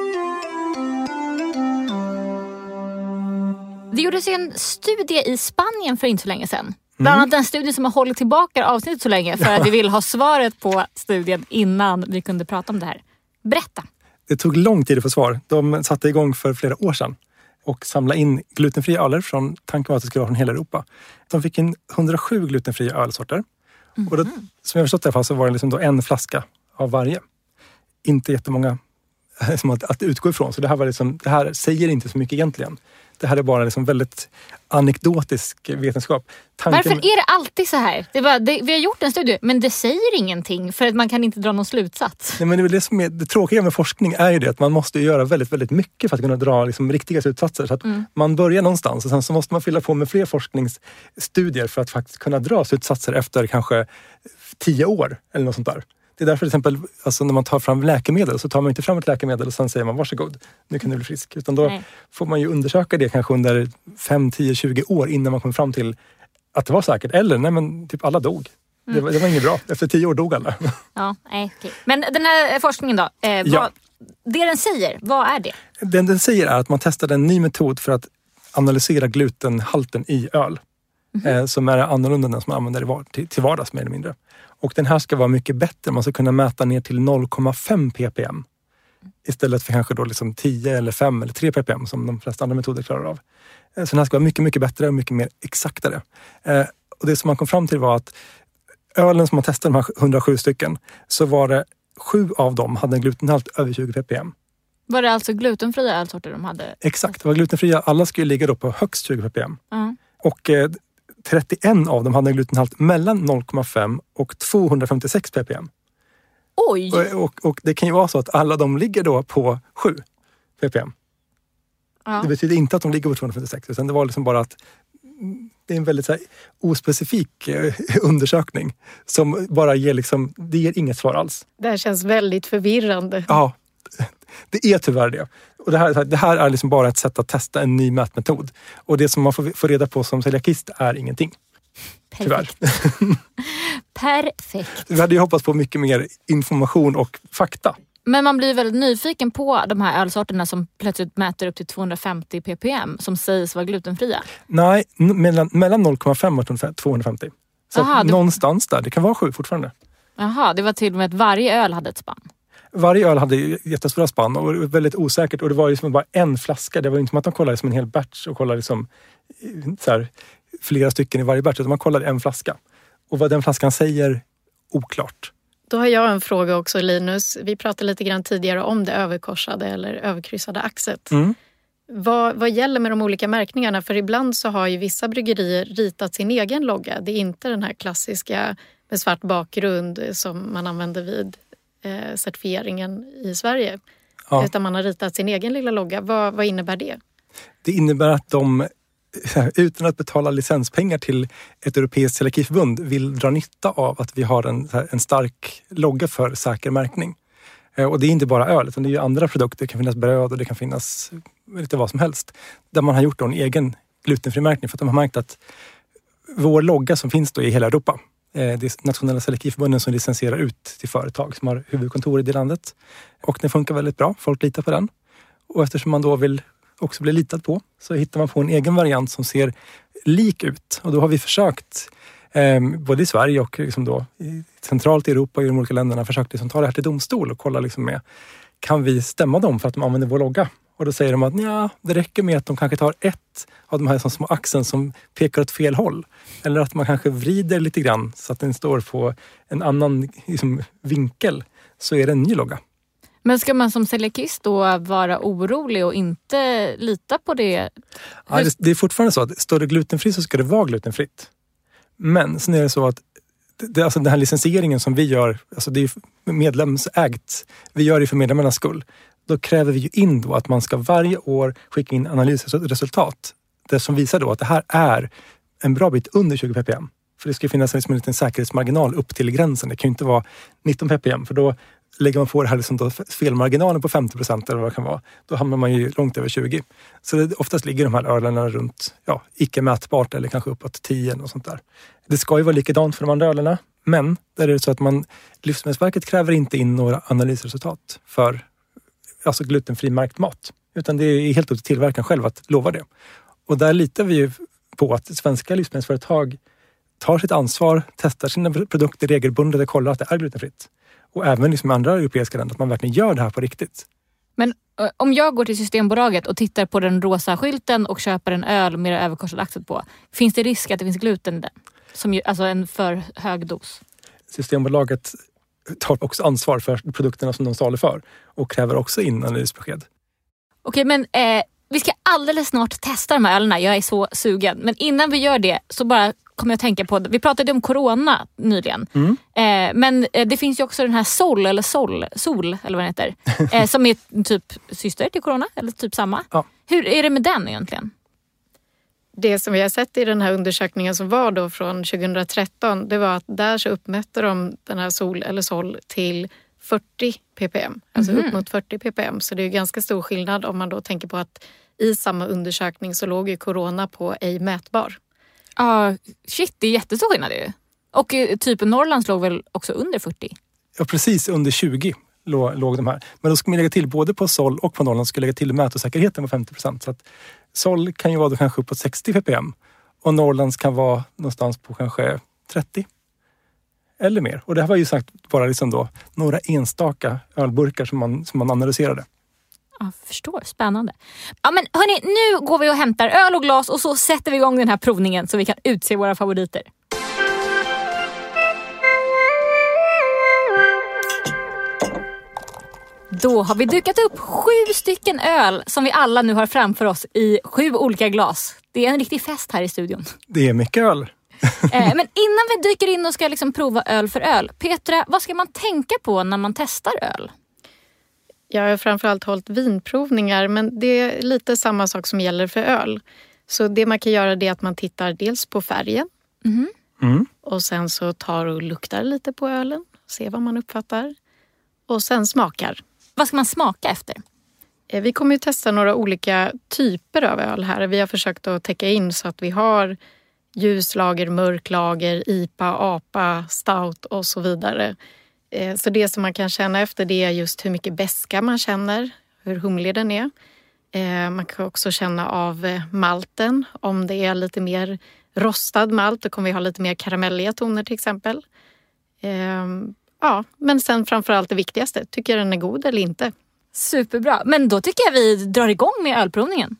Speaker 2: Det gjordes en studie i Spanien för inte så länge sedan. Bland annat en studie som har hållit tillbaka avsnittet så länge för att vi vill ha svaret på studien innan vi kunde prata om det här. Berätta.
Speaker 1: Det tog lång tid att få svar. De satte igång för flera år sedan och samlade in glutenfria öler från tanken var att det skulle vara från hela Europa. De fick in 107 glutenfria ölsorter. Och då, som jag förstått i alla fall, så var det liksom då en flaska av varje. Inte jättemånga som att utgå ifrån. Så det här var liksom, det här säger inte så mycket egentligen. Det här är bara liksom väldigt anekdotisk vetenskap.
Speaker 2: Varför är det alltid så här? Vi har gjort en studie, men det säger ingenting för att man kan inte dra någon slutsats.
Speaker 1: Nej, men det är det som är det tråkiga med forskning är ju det att man måste göra väldigt, väldigt mycket för att kunna dra liksom riktiga slutsatser. Så att man börjar någonstans och sen så måste man fylla på med fler forskningsstudier för att faktiskt kunna dra slutsatser efter kanske 10 år eller något sånt där. Det är därför till exempel, alltså när man tar fram läkemedel så tar man inte fram ett läkemedel och sen säger man varsågod, nu kan du bli frisk. Utan då får man ju undersöka det kanske under 5, 10, 20 år innan man kommer fram till att det var säkert. Eller nej men typ alla dog. Det var inget bra. Efter 10 år dog alla.
Speaker 2: Ja, okej. Men den här forskningen då, det den säger, vad är det?
Speaker 1: Den säger är att man testade en ny metod för att analysera glutenhalten i öl. Som är annorlunda än den som man använder till vardags mer eller mindre. Och den här ska vara mycket bättre. Man ska kunna mäta ner till 0,5 ppm. Istället för kanske då liksom 10 eller 5 eller 3 ppm som de flesta andra metoder klarar av. Så den här ska vara mycket, mycket bättre och mycket mer exaktare. Och det som man kom fram till var att ölen som man testade, de här 107 stycken, så var det 7 av dem hade en glutenhalt över 20 ppm.
Speaker 2: Var det alltså glutenfria ölsorter de hade?
Speaker 1: Exakt, det var glutenfria. Alla skulle ligga då på högst 20 ppm. Och 31 av dem hade en glutenhalt mellan 0,5 och 256 ppm.
Speaker 2: Oj!
Speaker 1: Och det kan ju vara så att alla de ligger då på 7 ppm. Ja. Det betyder inte att de ligger på 256, utan det var liksom bara att det är en väldigt så här ospecifik undersökning som bara ger liksom, det ger inget svar alls.
Speaker 3: Det här känns väldigt förvirrande.
Speaker 1: Ja, det är tyvärr det. Och det här är liksom bara ett sätt att testa en ny mätmetod. Och det som man får reda på som celiakist är ingenting.
Speaker 2: Perfekt.
Speaker 1: Tyvärr.
Speaker 2: Perfekt.
Speaker 1: Vi hade ju hoppats på mycket mer information och fakta.
Speaker 2: Men man blir väldigt nyfiken på de här ölsorterna som plötsligt mäter upp till 250 ppm som sägs vara glutenfria.
Speaker 1: Nej, mellan 0,5 och 250. Så
Speaker 2: Aha,
Speaker 1: någonstans där, det kan vara 7 fortfarande.
Speaker 2: Jaha, det var till och med att varje öl hade ett spann.
Speaker 1: Varje öl hade jättestora spann och väldigt osäkert. Och det var ju som bara en flaska. Det var inte som att de kollade som en hel batch och kollade liksom, så här, flera stycken i varje batch. Utan man kollade en flaska. Och vad den flaskan säger, oklart.
Speaker 3: Då har jag en fråga också, Linus. Vi pratade lite grann tidigare om det överkorsade eller överkryssade axet.
Speaker 1: Mm.
Speaker 3: Vad gäller med de olika märkningarna? För ibland så har ju vissa bryggerier ritat sin egen logga. Det är inte den här klassiska med svart bakgrund som man använder vid certifieringen i Sverige. Ja. Utan man har ritat sin egen lilla logga. Vad innebär det?
Speaker 1: Det innebär att de, utan att betala licenspengar till ett europeiskt celiakiförbund, vill dra nytta av att vi har en stark logga för säker märkning. Och det är inte bara öl, utan det är ju andra produkter. Det kan finnas bröd och det kan finnas lite vad som helst. Där man har gjort en egen glutenfri märkning för att de har märkt att vår logga som finns då i hela Europa, det är nationella celiakiförbunden som licensierar ut till företag som har huvudkontor i det landet. Och den funkar väldigt bra, folk litar på den. Och eftersom man då vill också bli litad på så hittar man på en egen variant som ser lik ut. Och då har vi försökt, både i Sverige och liksom då, centralt i Europa och i de olika länderna, försökt liksom ta det här till domstol och kolla liksom med, kan vi stämma dem för att de använder vår logga? Och då säger de att det räcker med att de kanske tar ett av de här små axeln som pekar åt fel håll. Eller att man kanske vrider lite grann så att den står på en annan liksom, vinkel, så är det en ny logga.
Speaker 2: Men ska man som celiakist då vara orolig och inte lita på det?
Speaker 1: Ja, det är fortfarande så att står det glutenfritt så ska det vara glutenfritt. Men sen är det så att alltså den här licensieringen som vi gör, alltså det är medlemsägt, vi gör det för medlemmarnas skull. Då kräver vi ju in då att man ska varje år skicka in analysresultat. Det som visar då att det här är en bra bit under 20 ppm. För det ska finnas en liten säkerhetsmarginal upp till gränsen. Det kan ju inte vara 19 ppm, för då lägger man på det här liksom då felmarginalen på 50% eller vad det kan vara. Då hamnar man ju långt över 20. Så det, oftast ligger de här ölerna runt icke mätbart eller kanske uppåt 10 och sånt där. Det ska ju vara likadant för de andra ölerna. Men där är det så att Livsmedelsverket kräver inte in några analysresultat för alltså glutenfri märkt mat. Utan det är helt upp till tillverkaren själv att lova det. Och där litar vi ju på att svenska livsmedelsföretag tar sitt ansvar, testar sina produkter regelbundet och kollar att det är glutenfritt. Och även liksom andra europeiska länder, att man verkligen gör det här på riktigt.
Speaker 2: Men om jag går till Systembolaget och tittar på den rosa skylten och köper en öl med det överkorsade axet på, finns det risk att det finns gluten i den? Alltså en för hög dos?
Speaker 1: Systembolaget tar också ansvar för produkterna som de saluför och kräver också in analysbesked.
Speaker 2: Okej, men vi ska alldeles snart testa de här ölerna. Jag är så sugen. Men innan vi gör det så bara kommer jag att tänka på, vi pratade om corona nyligen. Men det finns ju också den här Sol eller vad den heter. Som är typ syster till corona, eller typ samma.
Speaker 1: Ja.
Speaker 2: Hur är det med den egentligen?
Speaker 3: Det som vi har sett i den här undersökningen som var då från 2013, det var att där så uppmätte de den här Sol till 40 ppm. Alltså upp mot 40 ppm. Så det är ju ganska stor skillnad om man då tänker på att i samma undersökning så låg ju corona på ej mätbar.
Speaker 2: Ja, shit, det är jättestor skillnad ju. Och typ Norrlands låg väl också under 40?
Speaker 1: Ja, precis under 20 låg de här. Men då ska man lägga till både på Sol och på Norrland ska lägga till mätosäkerheten på 50%. Så att Sol kan ju vara då kanske uppåt 60 ppm och Norrlands kan vara någonstans på kanske 30 eller mer. Och det här var ju sagt bara liksom då några enstaka ölburkar som man analyserade.
Speaker 2: Ja, förstår. Spännande. Ja, men hörni, nu går vi och hämtar öl och glas och så sätter vi igång den här provningen så vi kan utse våra favoriter. Då har vi dukat upp 7 stycken öl som vi alla nu har framför oss i 7 olika glas. Det är en riktig fest här i studion.
Speaker 1: Det är mycket öl.
Speaker 2: Men innan vi dyker in och ska liksom prova öl för öl. Petra, vad ska man tänka på när man testar öl?
Speaker 3: Jag har framförallt hållit vinprovningar, men det är lite samma sak som gäller för öl. Så det man kan göra är att man tittar dels på färgen. Och sen så tar och luktar lite på ölen. Ser vad man uppfattar. Och sen smakar.
Speaker 2: Vad ska man smaka efter?
Speaker 3: Vi kommer ju testa några olika typer av öl här. Vi har försökt att täcka in så att vi har ljuslager, mörklager, IPA, APA, stout och så vidare. Så det som man kan känna efter det är just hur mycket beska man känner, hur humlig den är. Man kan också känna av malten. Om det är lite mer rostad malt, då kommer vi ha lite mer karamelliga toner till exempel. Ja, men sen framförallt det viktigaste. Tycker den är god eller inte?
Speaker 2: Superbra. Men då tycker jag vi drar igång med ölprovningen.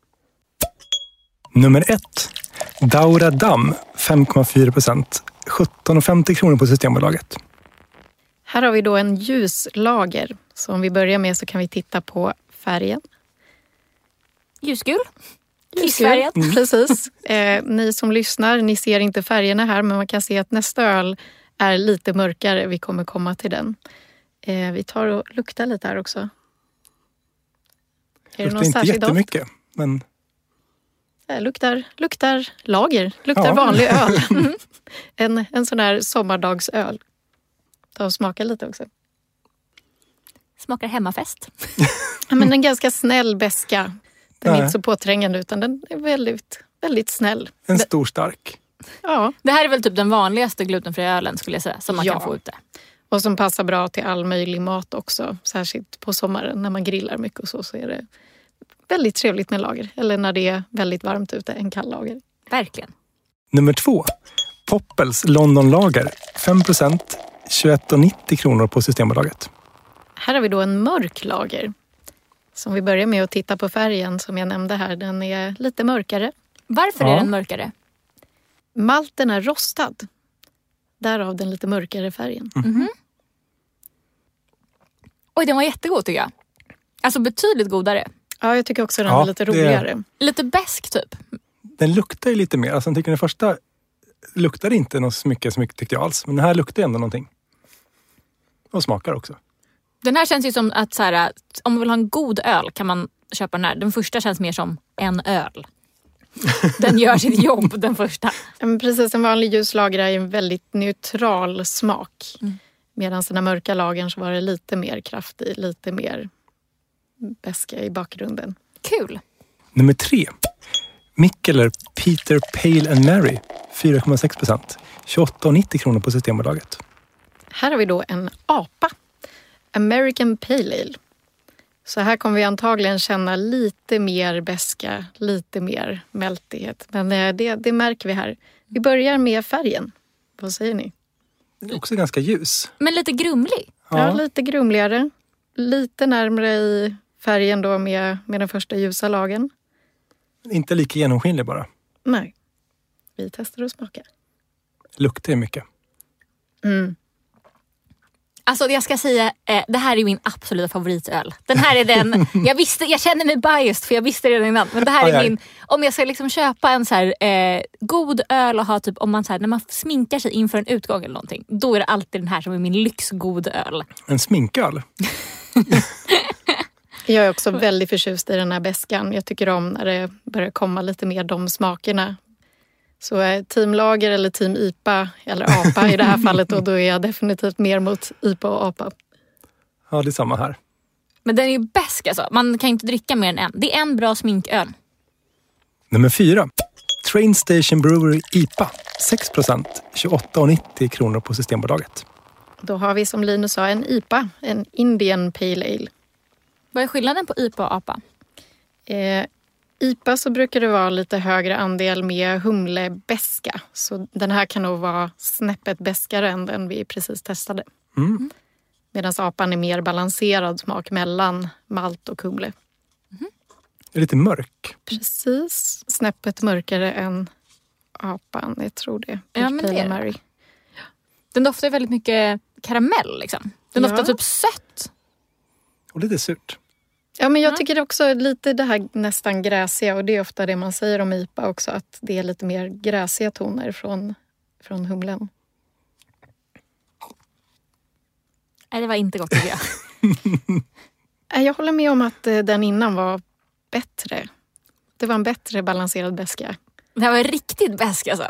Speaker 1: Nummer 1. Daura Damm 5,4%. 17,50 kronor på Systembolaget.
Speaker 3: Här har vi då en ljuslager. Så om vi börjar med så kan vi titta på färgen.
Speaker 2: Ljusgul. Kissfärgen.
Speaker 3: Precis. Ni som lyssnar, ni ser inte färgerna här, men man kan se att nästa öl är lite mörkare. Vi kommer komma till den. Vi tar och luktar lite här också.
Speaker 1: Det luktar inte jättemycket, men...
Speaker 3: Luktar lager. Luktar vanlig öl. en sån här sommardagsöl. Ta och smaka lite också.
Speaker 2: Smakar hemmafest.
Speaker 3: Ja, men en ganska snäll beska. Den är inte så påträngande utan den är väldigt, väldigt snäll.
Speaker 1: En stor stark.
Speaker 3: Ja.
Speaker 2: Det här är väl typ den vanligaste glutenfria ölen skulle jag säga. Som man kan få ute.
Speaker 3: Och som passar bra till all möjlig mat också. Särskilt på sommaren när man grillar mycket och så är det väldigt trevligt med lager. Eller när det är väldigt varmt ute, en kall lager.
Speaker 2: Verkligen.
Speaker 1: Nummer 2. Poppels Londonlager 5%. 21,90 kronor på Systembolaget.
Speaker 3: Här har vi då en mörk lager. Som vi börjar med att titta på färgen som jag nämnde här. Den är lite mörkare.
Speaker 2: Varför är den mörkare?
Speaker 3: Malten är rostad. Därav den lite mörkare färgen.
Speaker 2: Oj, den var jättegod tycker jag. Alltså betydligt godare.
Speaker 3: Ja, jag tycker också den är lite roligare.
Speaker 2: Lite besk typ.
Speaker 1: Den luktar ju lite mer. Alltså, jag tycker den första luktar inte något så mycket tyckte jag alls. Men den här luktar ändå någonting. Och smakar också.
Speaker 2: Den här känns ju som att så här, om man vill ha en god öl kan man köpa den här. Den första känns mer som en öl. Den gör sitt jobb, den första.
Speaker 3: Men precis, en vanlig ljuslager är en väldigt neutral smak. Medan den mörka lagern så var det lite mer kraft i, lite mer beska i bakgrunden.
Speaker 2: Kul.
Speaker 1: Nummer 3. Mikkeller Peter Pale and Mary 4,6%. 28,90 kronor på Systembolaget.
Speaker 3: Här har vi då en APA. American Pale Ale. Så här kommer vi antagligen känna lite mer beska, lite mer mältighet. Men det märker vi här. Vi börjar med färgen. Vad säger ni?
Speaker 1: Den är också ganska ljus.
Speaker 2: Men lite grumlig.
Speaker 3: Ja, lite grumligare. Lite närmare i färgen då med den första ljusa lagen.
Speaker 1: Inte lika genomskinlig bara.
Speaker 3: Nej. Vi testar att smaka.
Speaker 1: Luktar mycket.
Speaker 2: Alltså jag ska säga, det här är min absoluta favoritöl. Den här är den, jag känner mig biased för jag visste det redan innan. Men det här är min, om jag ska liksom köpa en så här god öl och ha typ, om man så här, när man sminkar sig inför en utgång eller någonting. Då är det alltid den här som är min lyxgod öl.
Speaker 1: En sminköl?
Speaker 3: Jag är också väldigt förtjust i den här beskan. Jag tycker om när det börjar komma lite mer de smakerna. Så teamlager eller team IPA eller APA i det här fallet och då är jag definitivt mer mot IPA och APA.
Speaker 1: Ja, det är samma här.
Speaker 2: Men den är ju besk alltså. Man kan inte dricka mer än en. Det är en bra sminköl.
Speaker 1: Nummer 4. Train Station Brewery IPA 6%. 28,90 kronor på Systembolaget.
Speaker 3: Då har vi som Linus sa en IPA, en Indian Pale Ale.
Speaker 2: Vad är skillnaden på IPA och APA?
Speaker 3: IPA så brukar det vara lite högre andel med humlebeska. Så den här kan nog vara snäppet beskare än den vi precis testade. Medan APAn är mer balanserad smak mellan malt och humle.
Speaker 1: Det är lite mörk.
Speaker 3: Precis, snäppet mörkare än APAn, jag tror det.
Speaker 2: Ja, men det är
Speaker 3: Mary.
Speaker 2: Den doftar väldigt mycket karamell liksom. Den doftar typ sött.
Speaker 1: Och lite surt.
Speaker 3: Ja, men jag tycker också lite det här nästan gräsiga, och det är ofta det man säger om IPA också, att det är lite mer gräsiga toner från humlen.
Speaker 2: Nej, det var inte gott tycker jag.
Speaker 3: Jag håller med om att den innan var bättre. Det var en bättre balanserad beska.
Speaker 2: Det här var riktigt besk alltså.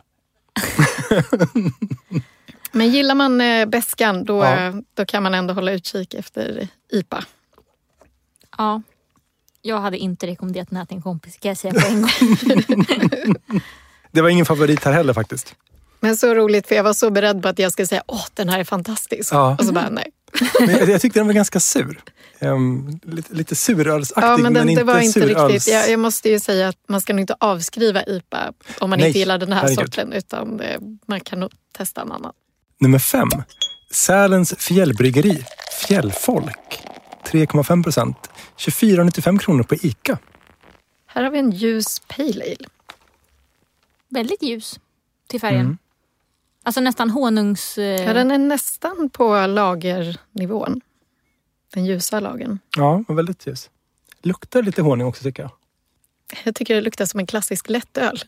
Speaker 3: Men gillar man beskan då kan man ändå hålla utkik efter IPA.
Speaker 2: Ja, jag hade inte rekommenderat den här till en kompis, kan jag säga på en gång.
Speaker 1: Det var ingen favorit här heller faktiskt.
Speaker 3: Men så roligt, för jag var så beredd på att jag skulle säga den här är fantastisk. Ja. Och så bara nej.
Speaker 1: Men jag tyckte den var ganska sur. Lite surölsaktig,
Speaker 3: ja, men
Speaker 1: inte
Speaker 3: det var inte
Speaker 1: suröls...
Speaker 3: riktigt. Jag måste ju säga att man ska nog inte avskriva IPA om man inte gillar den här sorten, utan man kan nog testa en annan.
Speaker 1: Nummer 5. Sälens fjällbryggeri. Fjällfolk. 3,5%. 24,95 kronor på ICA.
Speaker 3: Här har vi en ljus pale ale.
Speaker 2: Väldigt ljus till färgen. Alltså nästan honungs...
Speaker 3: Ja, den är nästan på lagernivån. Den ljusa lagen.
Speaker 1: Ja, väldigt ljus. Luktar lite honung också tycker jag.
Speaker 3: Jag tycker det luktar som en klassisk lättöl.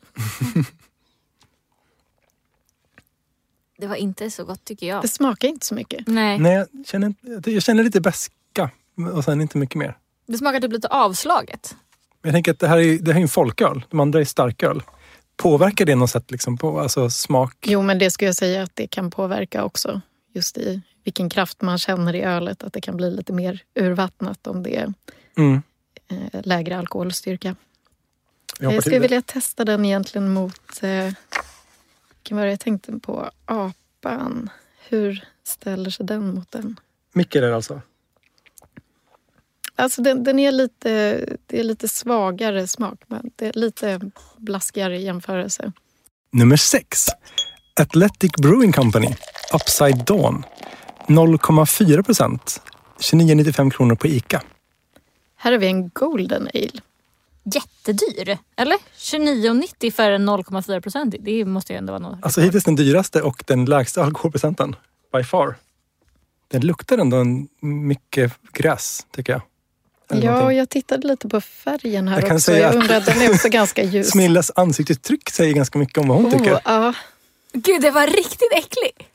Speaker 2: Det var inte så gott tycker jag.
Speaker 3: Det smakar inte så mycket.
Speaker 2: Nej,
Speaker 1: jag känner lite beska och sen inte mycket mer.
Speaker 2: Det smakar typ lite avslaget.
Speaker 1: Jag tänker att det här är en folköl. De andra är starköl. Påverkar det något sätt liksom på alltså smak?
Speaker 3: Jo, men det skulle jag säga att det kan påverka också. Just i vilken kraft man känner i ölet. Att det kan bli lite mer urvattnat om det är lägre alkoholstyrka. Jag skulle vilja testa den egentligen mot... Vilken var det jag tänkte på? Apan. Hur ställer sig den mot den?
Speaker 1: Mikkel alltså?
Speaker 3: Alltså den är lite svagare smak, men det är lite blaskigare i jämförelse.
Speaker 1: Nummer 6. Athletic Brewing Company. Upside Dawn. 0,4%. 29,95 kronor på ICA.
Speaker 3: Här har vi en Golden Ale.
Speaker 2: Jättedyr, eller? 29,90 för en 0,4%. Det måste ju ändå vara något.
Speaker 1: Alltså hittills den dyraste och den lägsta alkoholprocenten. By far. Den luktar ändå mycket gräs, tycker jag.
Speaker 3: Ja, och jag tittade lite på färgen här
Speaker 1: jag
Speaker 3: också. Jag undrar att den är också ganska ljus.
Speaker 1: Smillas ansiktsuttryck säger ganska mycket om vad hon tycker.
Speaker 3: Ja.
Speaker 2: Gud, det var riktigt äcklig.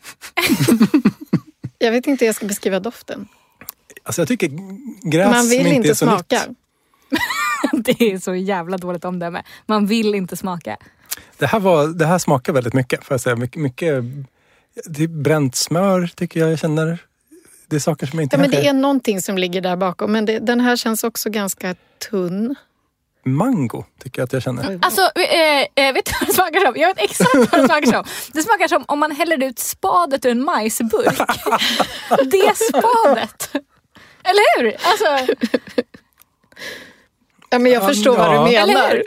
Speaker 3: Jag vet inte hur jag ska beskriva doften.
Speaker 1: Alltså jag tycker gräs
Speaker 3: man vill
Speaker 1: som inte är så
Speaker 3: smaka.
Speaker 2: Det är så jävla dåligt omdöme. Man vill inte smaka.
Speaker 1: Det här smakar väldigt mycket, får jag säga. Mycket det är bränt smör tycker jag känner. Det är saker som jag inte
Speaker 3: men det är någonting som ligger där bakom. Men den här känns också ganska tunn.
Speaker 1: Mango tycker jag att jag känner.
Speaker 2: Alltså, vet du vad det smakar som? Jag vet exakt vad det smakar som. Det smakar som om man häller ut spadet ur en majsburk. Det spadet. Eller hur? Alltså...
Speaker 3: Ja, men jag förstår vad du menar.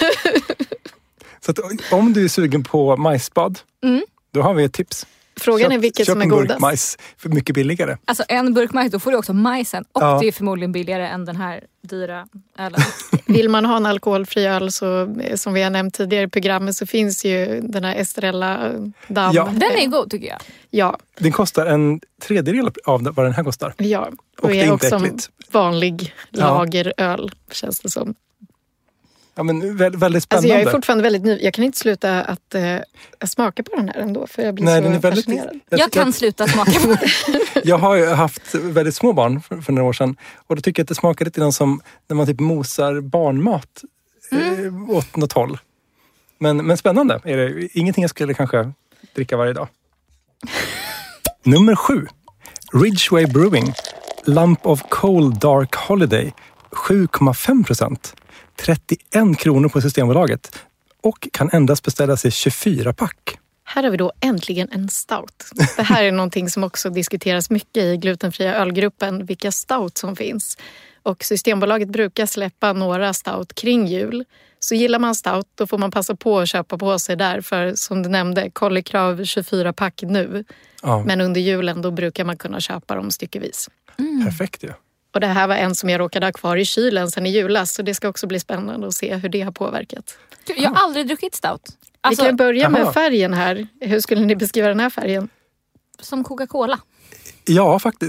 Speaker 1: Så att, om du är sugen på majsspad, då har vi ett tips.
Speaker 3: Frågan är vilket som är godast. Köp en burk
Speaker 1: majs för mycket billigare.
Speaker 2: Alltså en burk majs, då får du också majsen. Och det är förmodligen billigare än den här dyra ölen.
Speaker 3: Vill man ha en alkoholfri öl så, som vi har nämnt tidigare i programmet, så finns ju den här Estrella Damm.
Speaker 2: Ja. Den är god tycker jag.
Speaker 3: Ja.
Speaker 1: Den kostar en tredjedel av vad den här kostar.
Speaker 3: Ja, och det är också äckligt. Vanlig lageröl känns det som. Ja, men
Speaker 1: väldigt spännande.
Speaker 3: Alltså jag är fortfarande väldigt ny. Jag kan inte sluta att smaka på den här ändå, för jag blir så fascinerad.
Speaker 2: Jag kan sluta smaka på den.
Speaker 1: Jag har ju haft väldigt små barn för några år sedan. Och då tycker jag att det smakar lite som när man typ mosar barnmat åt något håll. Men spännande. Är det ingenting jag skulle kanske dricka varje dag. Nummer 7. Ridgeway Brewing. Lump of Coal Dark Holiday. 7,5%. 31 kronor på Systembolaget och kan endast beställa sig 24-pack.
Speaker 3: Här har vi då äntligen en stout. Det här är någonting som också diskuteras mycket i glutenfria ölgruppen, vilka stout som finns. Och Systembolaget brukar släppa några stout kring jul. Så gillar man stout, då får man passa på att köpa på sig där. För som du nämnde, kollekrav 24-pack nu. Ja. Men under julen då brukar man kunna köpa dem styckevis.
Speaker 1: Perfekt ju. Ja.
Speaker 3: Och det här var en som jag råkade ha kvar i kylen sen i julas. Så det ska också bli spännande att se hur det har påverkat.
Speaker 2: Jag har aldrig druckit stout.
Speaker 3: Alltså, vi kan börja med färgen här. Hur skulle ni beskriva den här färgen?
Speaker 2: Som Coca-Cola.
Speaker 1: Ja, faktiskt.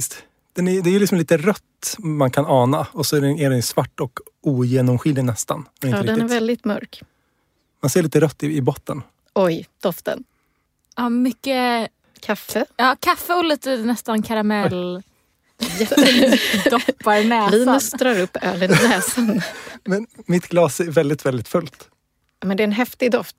Speaker 1: Det är ju liksom lite rött man kan ana. Och så är den svart och ogenomskinlig nästan.
Speaker 3: Ja, den är väldigt mörk.
Speaker 1: Man ser lite rött i botten.
Speaker 3: Oj, doften.
Speaker 2: Ja, mycket...
Speaker 3: Kaffe.
Speaker 2: Ja, kaffe och lite nästan karamell. Doppar näsan.
Speaker 3: Linus drar upp ölen i näsan.
Speaker 1: Men mitt glas är väldigt, väldigt fullt.
Speaker 3: Men det är en häftig doft.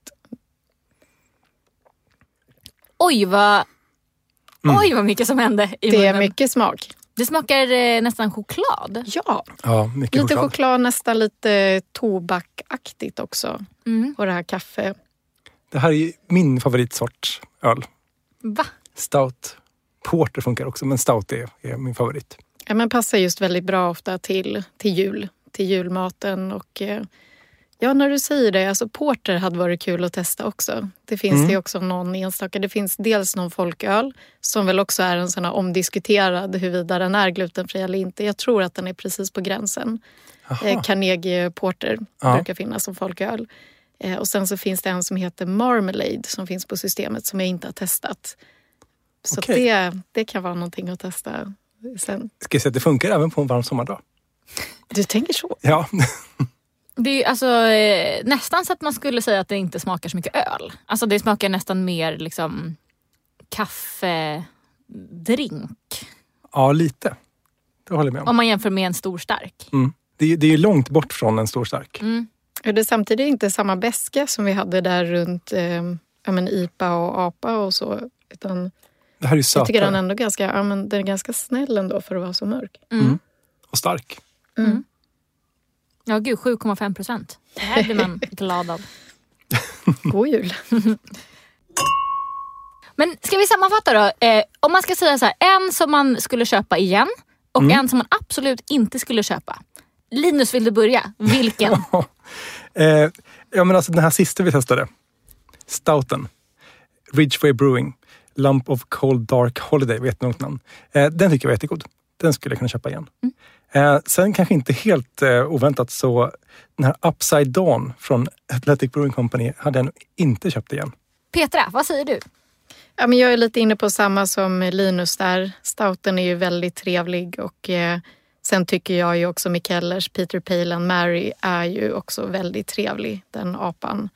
Speaker 2: Oj, vad mycket som hände i munnen.
Speaker 3: Det är mycket smak.
Speaker 2: Det smakar nästan choklad.
Speaker 3: Ja,
Speaker 1: mycket
Speaker 3: lite choklad, nästan lite tobakaktigt också. Och det här kaffe.
Speaker 1: Det här är ju min favoritsort öl.
Speaker 2: Va?
Speaker 1: Stout. Porter funkar också, men stout är min favorit.
Speaker 3: Ja, men passar just väldigt bra ofta till julmaten. Och ja, när du säger det, alltså porter hade varit kul att testa också. Det finns det också någon enstaka. Det finns dels någon folköl som väl också är en sån här omdiskuterad huruvida den är glutenfri eller inte. Jag tror att den är precis på gränsen. Carnegie Porter brukar finnas som folköl. Och sen så finns det en som heter Marmalade som finns på systemet som jag inte har testat. Så det kan vara någonting att testa sen.
Speaker 1: Ska jag säga att det funkar även på en varm sommardag?
Speaker 3: Du tänker så?
Speaker 1: Ja.
Speaker 2: Det är ju alltså nästan så att man skulle säga att det inte smakar så mycket öl. Alltså det smakar nästan mer liksom kaffedrink.
Speaker 1: Ja, lite. Det håller jag med om.
Speaker 2: Om man jämför med en stor stark.
Speaker 1: Det är ju långt bort från en stor stark.
Speaker 3: Är det samtidigt inte samma beska som vi hade där runt IPA och APA och så? Utan
Speaker 1: det här är ju sötare.
Speaker 3: Jag tycker den ändå den är ganska snäll ändå för att vara så mörk.
Speaker 1: Och stark.
Speaker 2: Ja, gud, 7,5%. Det här blir man glad av.
Speaker 3: God jul.
Speaker 2: Men ska vi sammanfatta då? Om man ska säga så här, en som man skulle köpa igen och en som man absolut inte skulle köpa. Linus, vill du börja? Vilken?
Speaker 1: Ja, men alltså den här sista vi testade. Stouten. Ridgeway Brewing. Lump of Cold Dark Holiday, vet ni något namn? Den tycker jag var jättegod. Den skulle jag kunna köpa igen. Sen kanske inte helt oväntat så den här Upside Dawn från Athletic Brewing Company hade jag inte köpt igen.
Speaker 2: Petra, vad säger du?
Speaker 3: Ja, men jag är lite inne på samma som Linus där. Stouten är ju väldigt trevlig och sen tycker jag ju också Mikellers Peter Pale and Mary är ju också väldigt trevlig, den apan.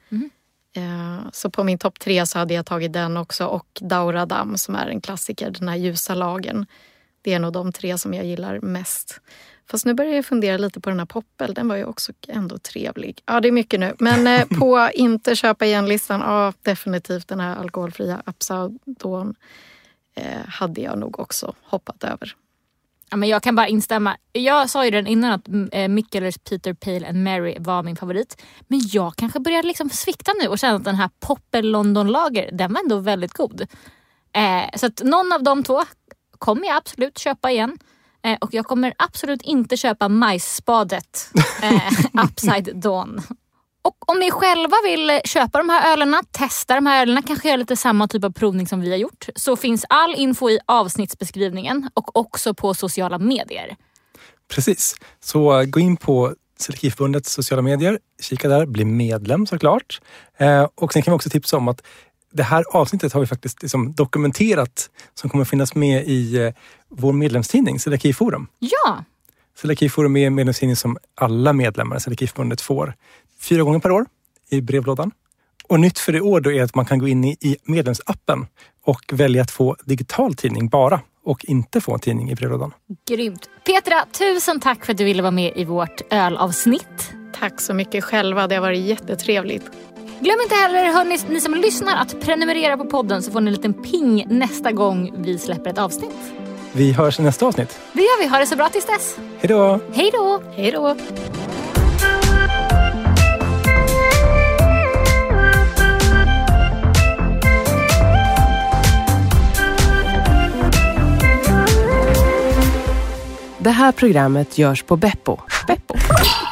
Speaker 3: Så på min topp 3 så hade jag tagit den också och Daura Dam som är en klassiker, den här ljusa lagen. Det är nog de 3 som jag gillar mest. Fast nu börjar jag fundera lite på den här Poppel. Den var ju också ändå trevlig. Ja, det är mycket nu. Men på inte köpa igen-listan, ja, definitivt den här alkoholfria Upside Dawn hade jag nog också hoppat över.
Speaker 2: Ja, men jag kan bara instämma. Jag sa ju den innan att Mikkelers Peter Pale and Mary var min favorit. Men jag kanske börjar liksom svikta nu och känna att den här Poppel London Lager, den var ändå väldigt god. Så att någon av de 2 kommer jag absolut köpa igen. Och jag kommer absolut inte köpa majsspadet Upside Dawn. Och om ni själva vill köpa de här ölerna, testa de här ölerna, kanske göra lite samma typ av provning som vi har gjort, så finns all info i avsnittsbeskrivningen och också på sociala medier.
Speaker 1: Precis, så gå in på Celiakiförbundets sociala medier, kika där, bli medlem såklart. Och sen kan vi också tipsa om att det här avsnittet har vi faktiskt liksom dokumenterat som kommer finnas med i vår medlemstidning, Celiakiforum.
Speaker 2: Ja!
Speaker 1: Celiakiforum är en medlemstidning som alla medlemmar i Celiakiförbundet får 4 gånger per år i brevlådan. Och nytt för i år då är att man kan gå in i medlemsappen och välja att få digital tidning bara och inte få en tidning i brevlådan.
Speaker 2: Grymt. Petra, tusen tack för att du ville vara med i vårt ölavsnitt.
Speaker 3: Tack så mycket själva, det har varit jättetrevligt.
Speaker 2: Glöm inte heller, hörni, ni som lyssnar, att prenumerera på podden så får ni en liten ping nästa gång vi släpper ett avsnitt.
Speaker 1: Vi hörs i nästa avsnitt.
Speaker 2: Det gör vi. Ha det så bra tills dess.
Speaker 1: Hej då!
Speaker 2: Hej då!
Speaker 3: Hej då!
Speaker 4: Det här programmet görs på Beppo.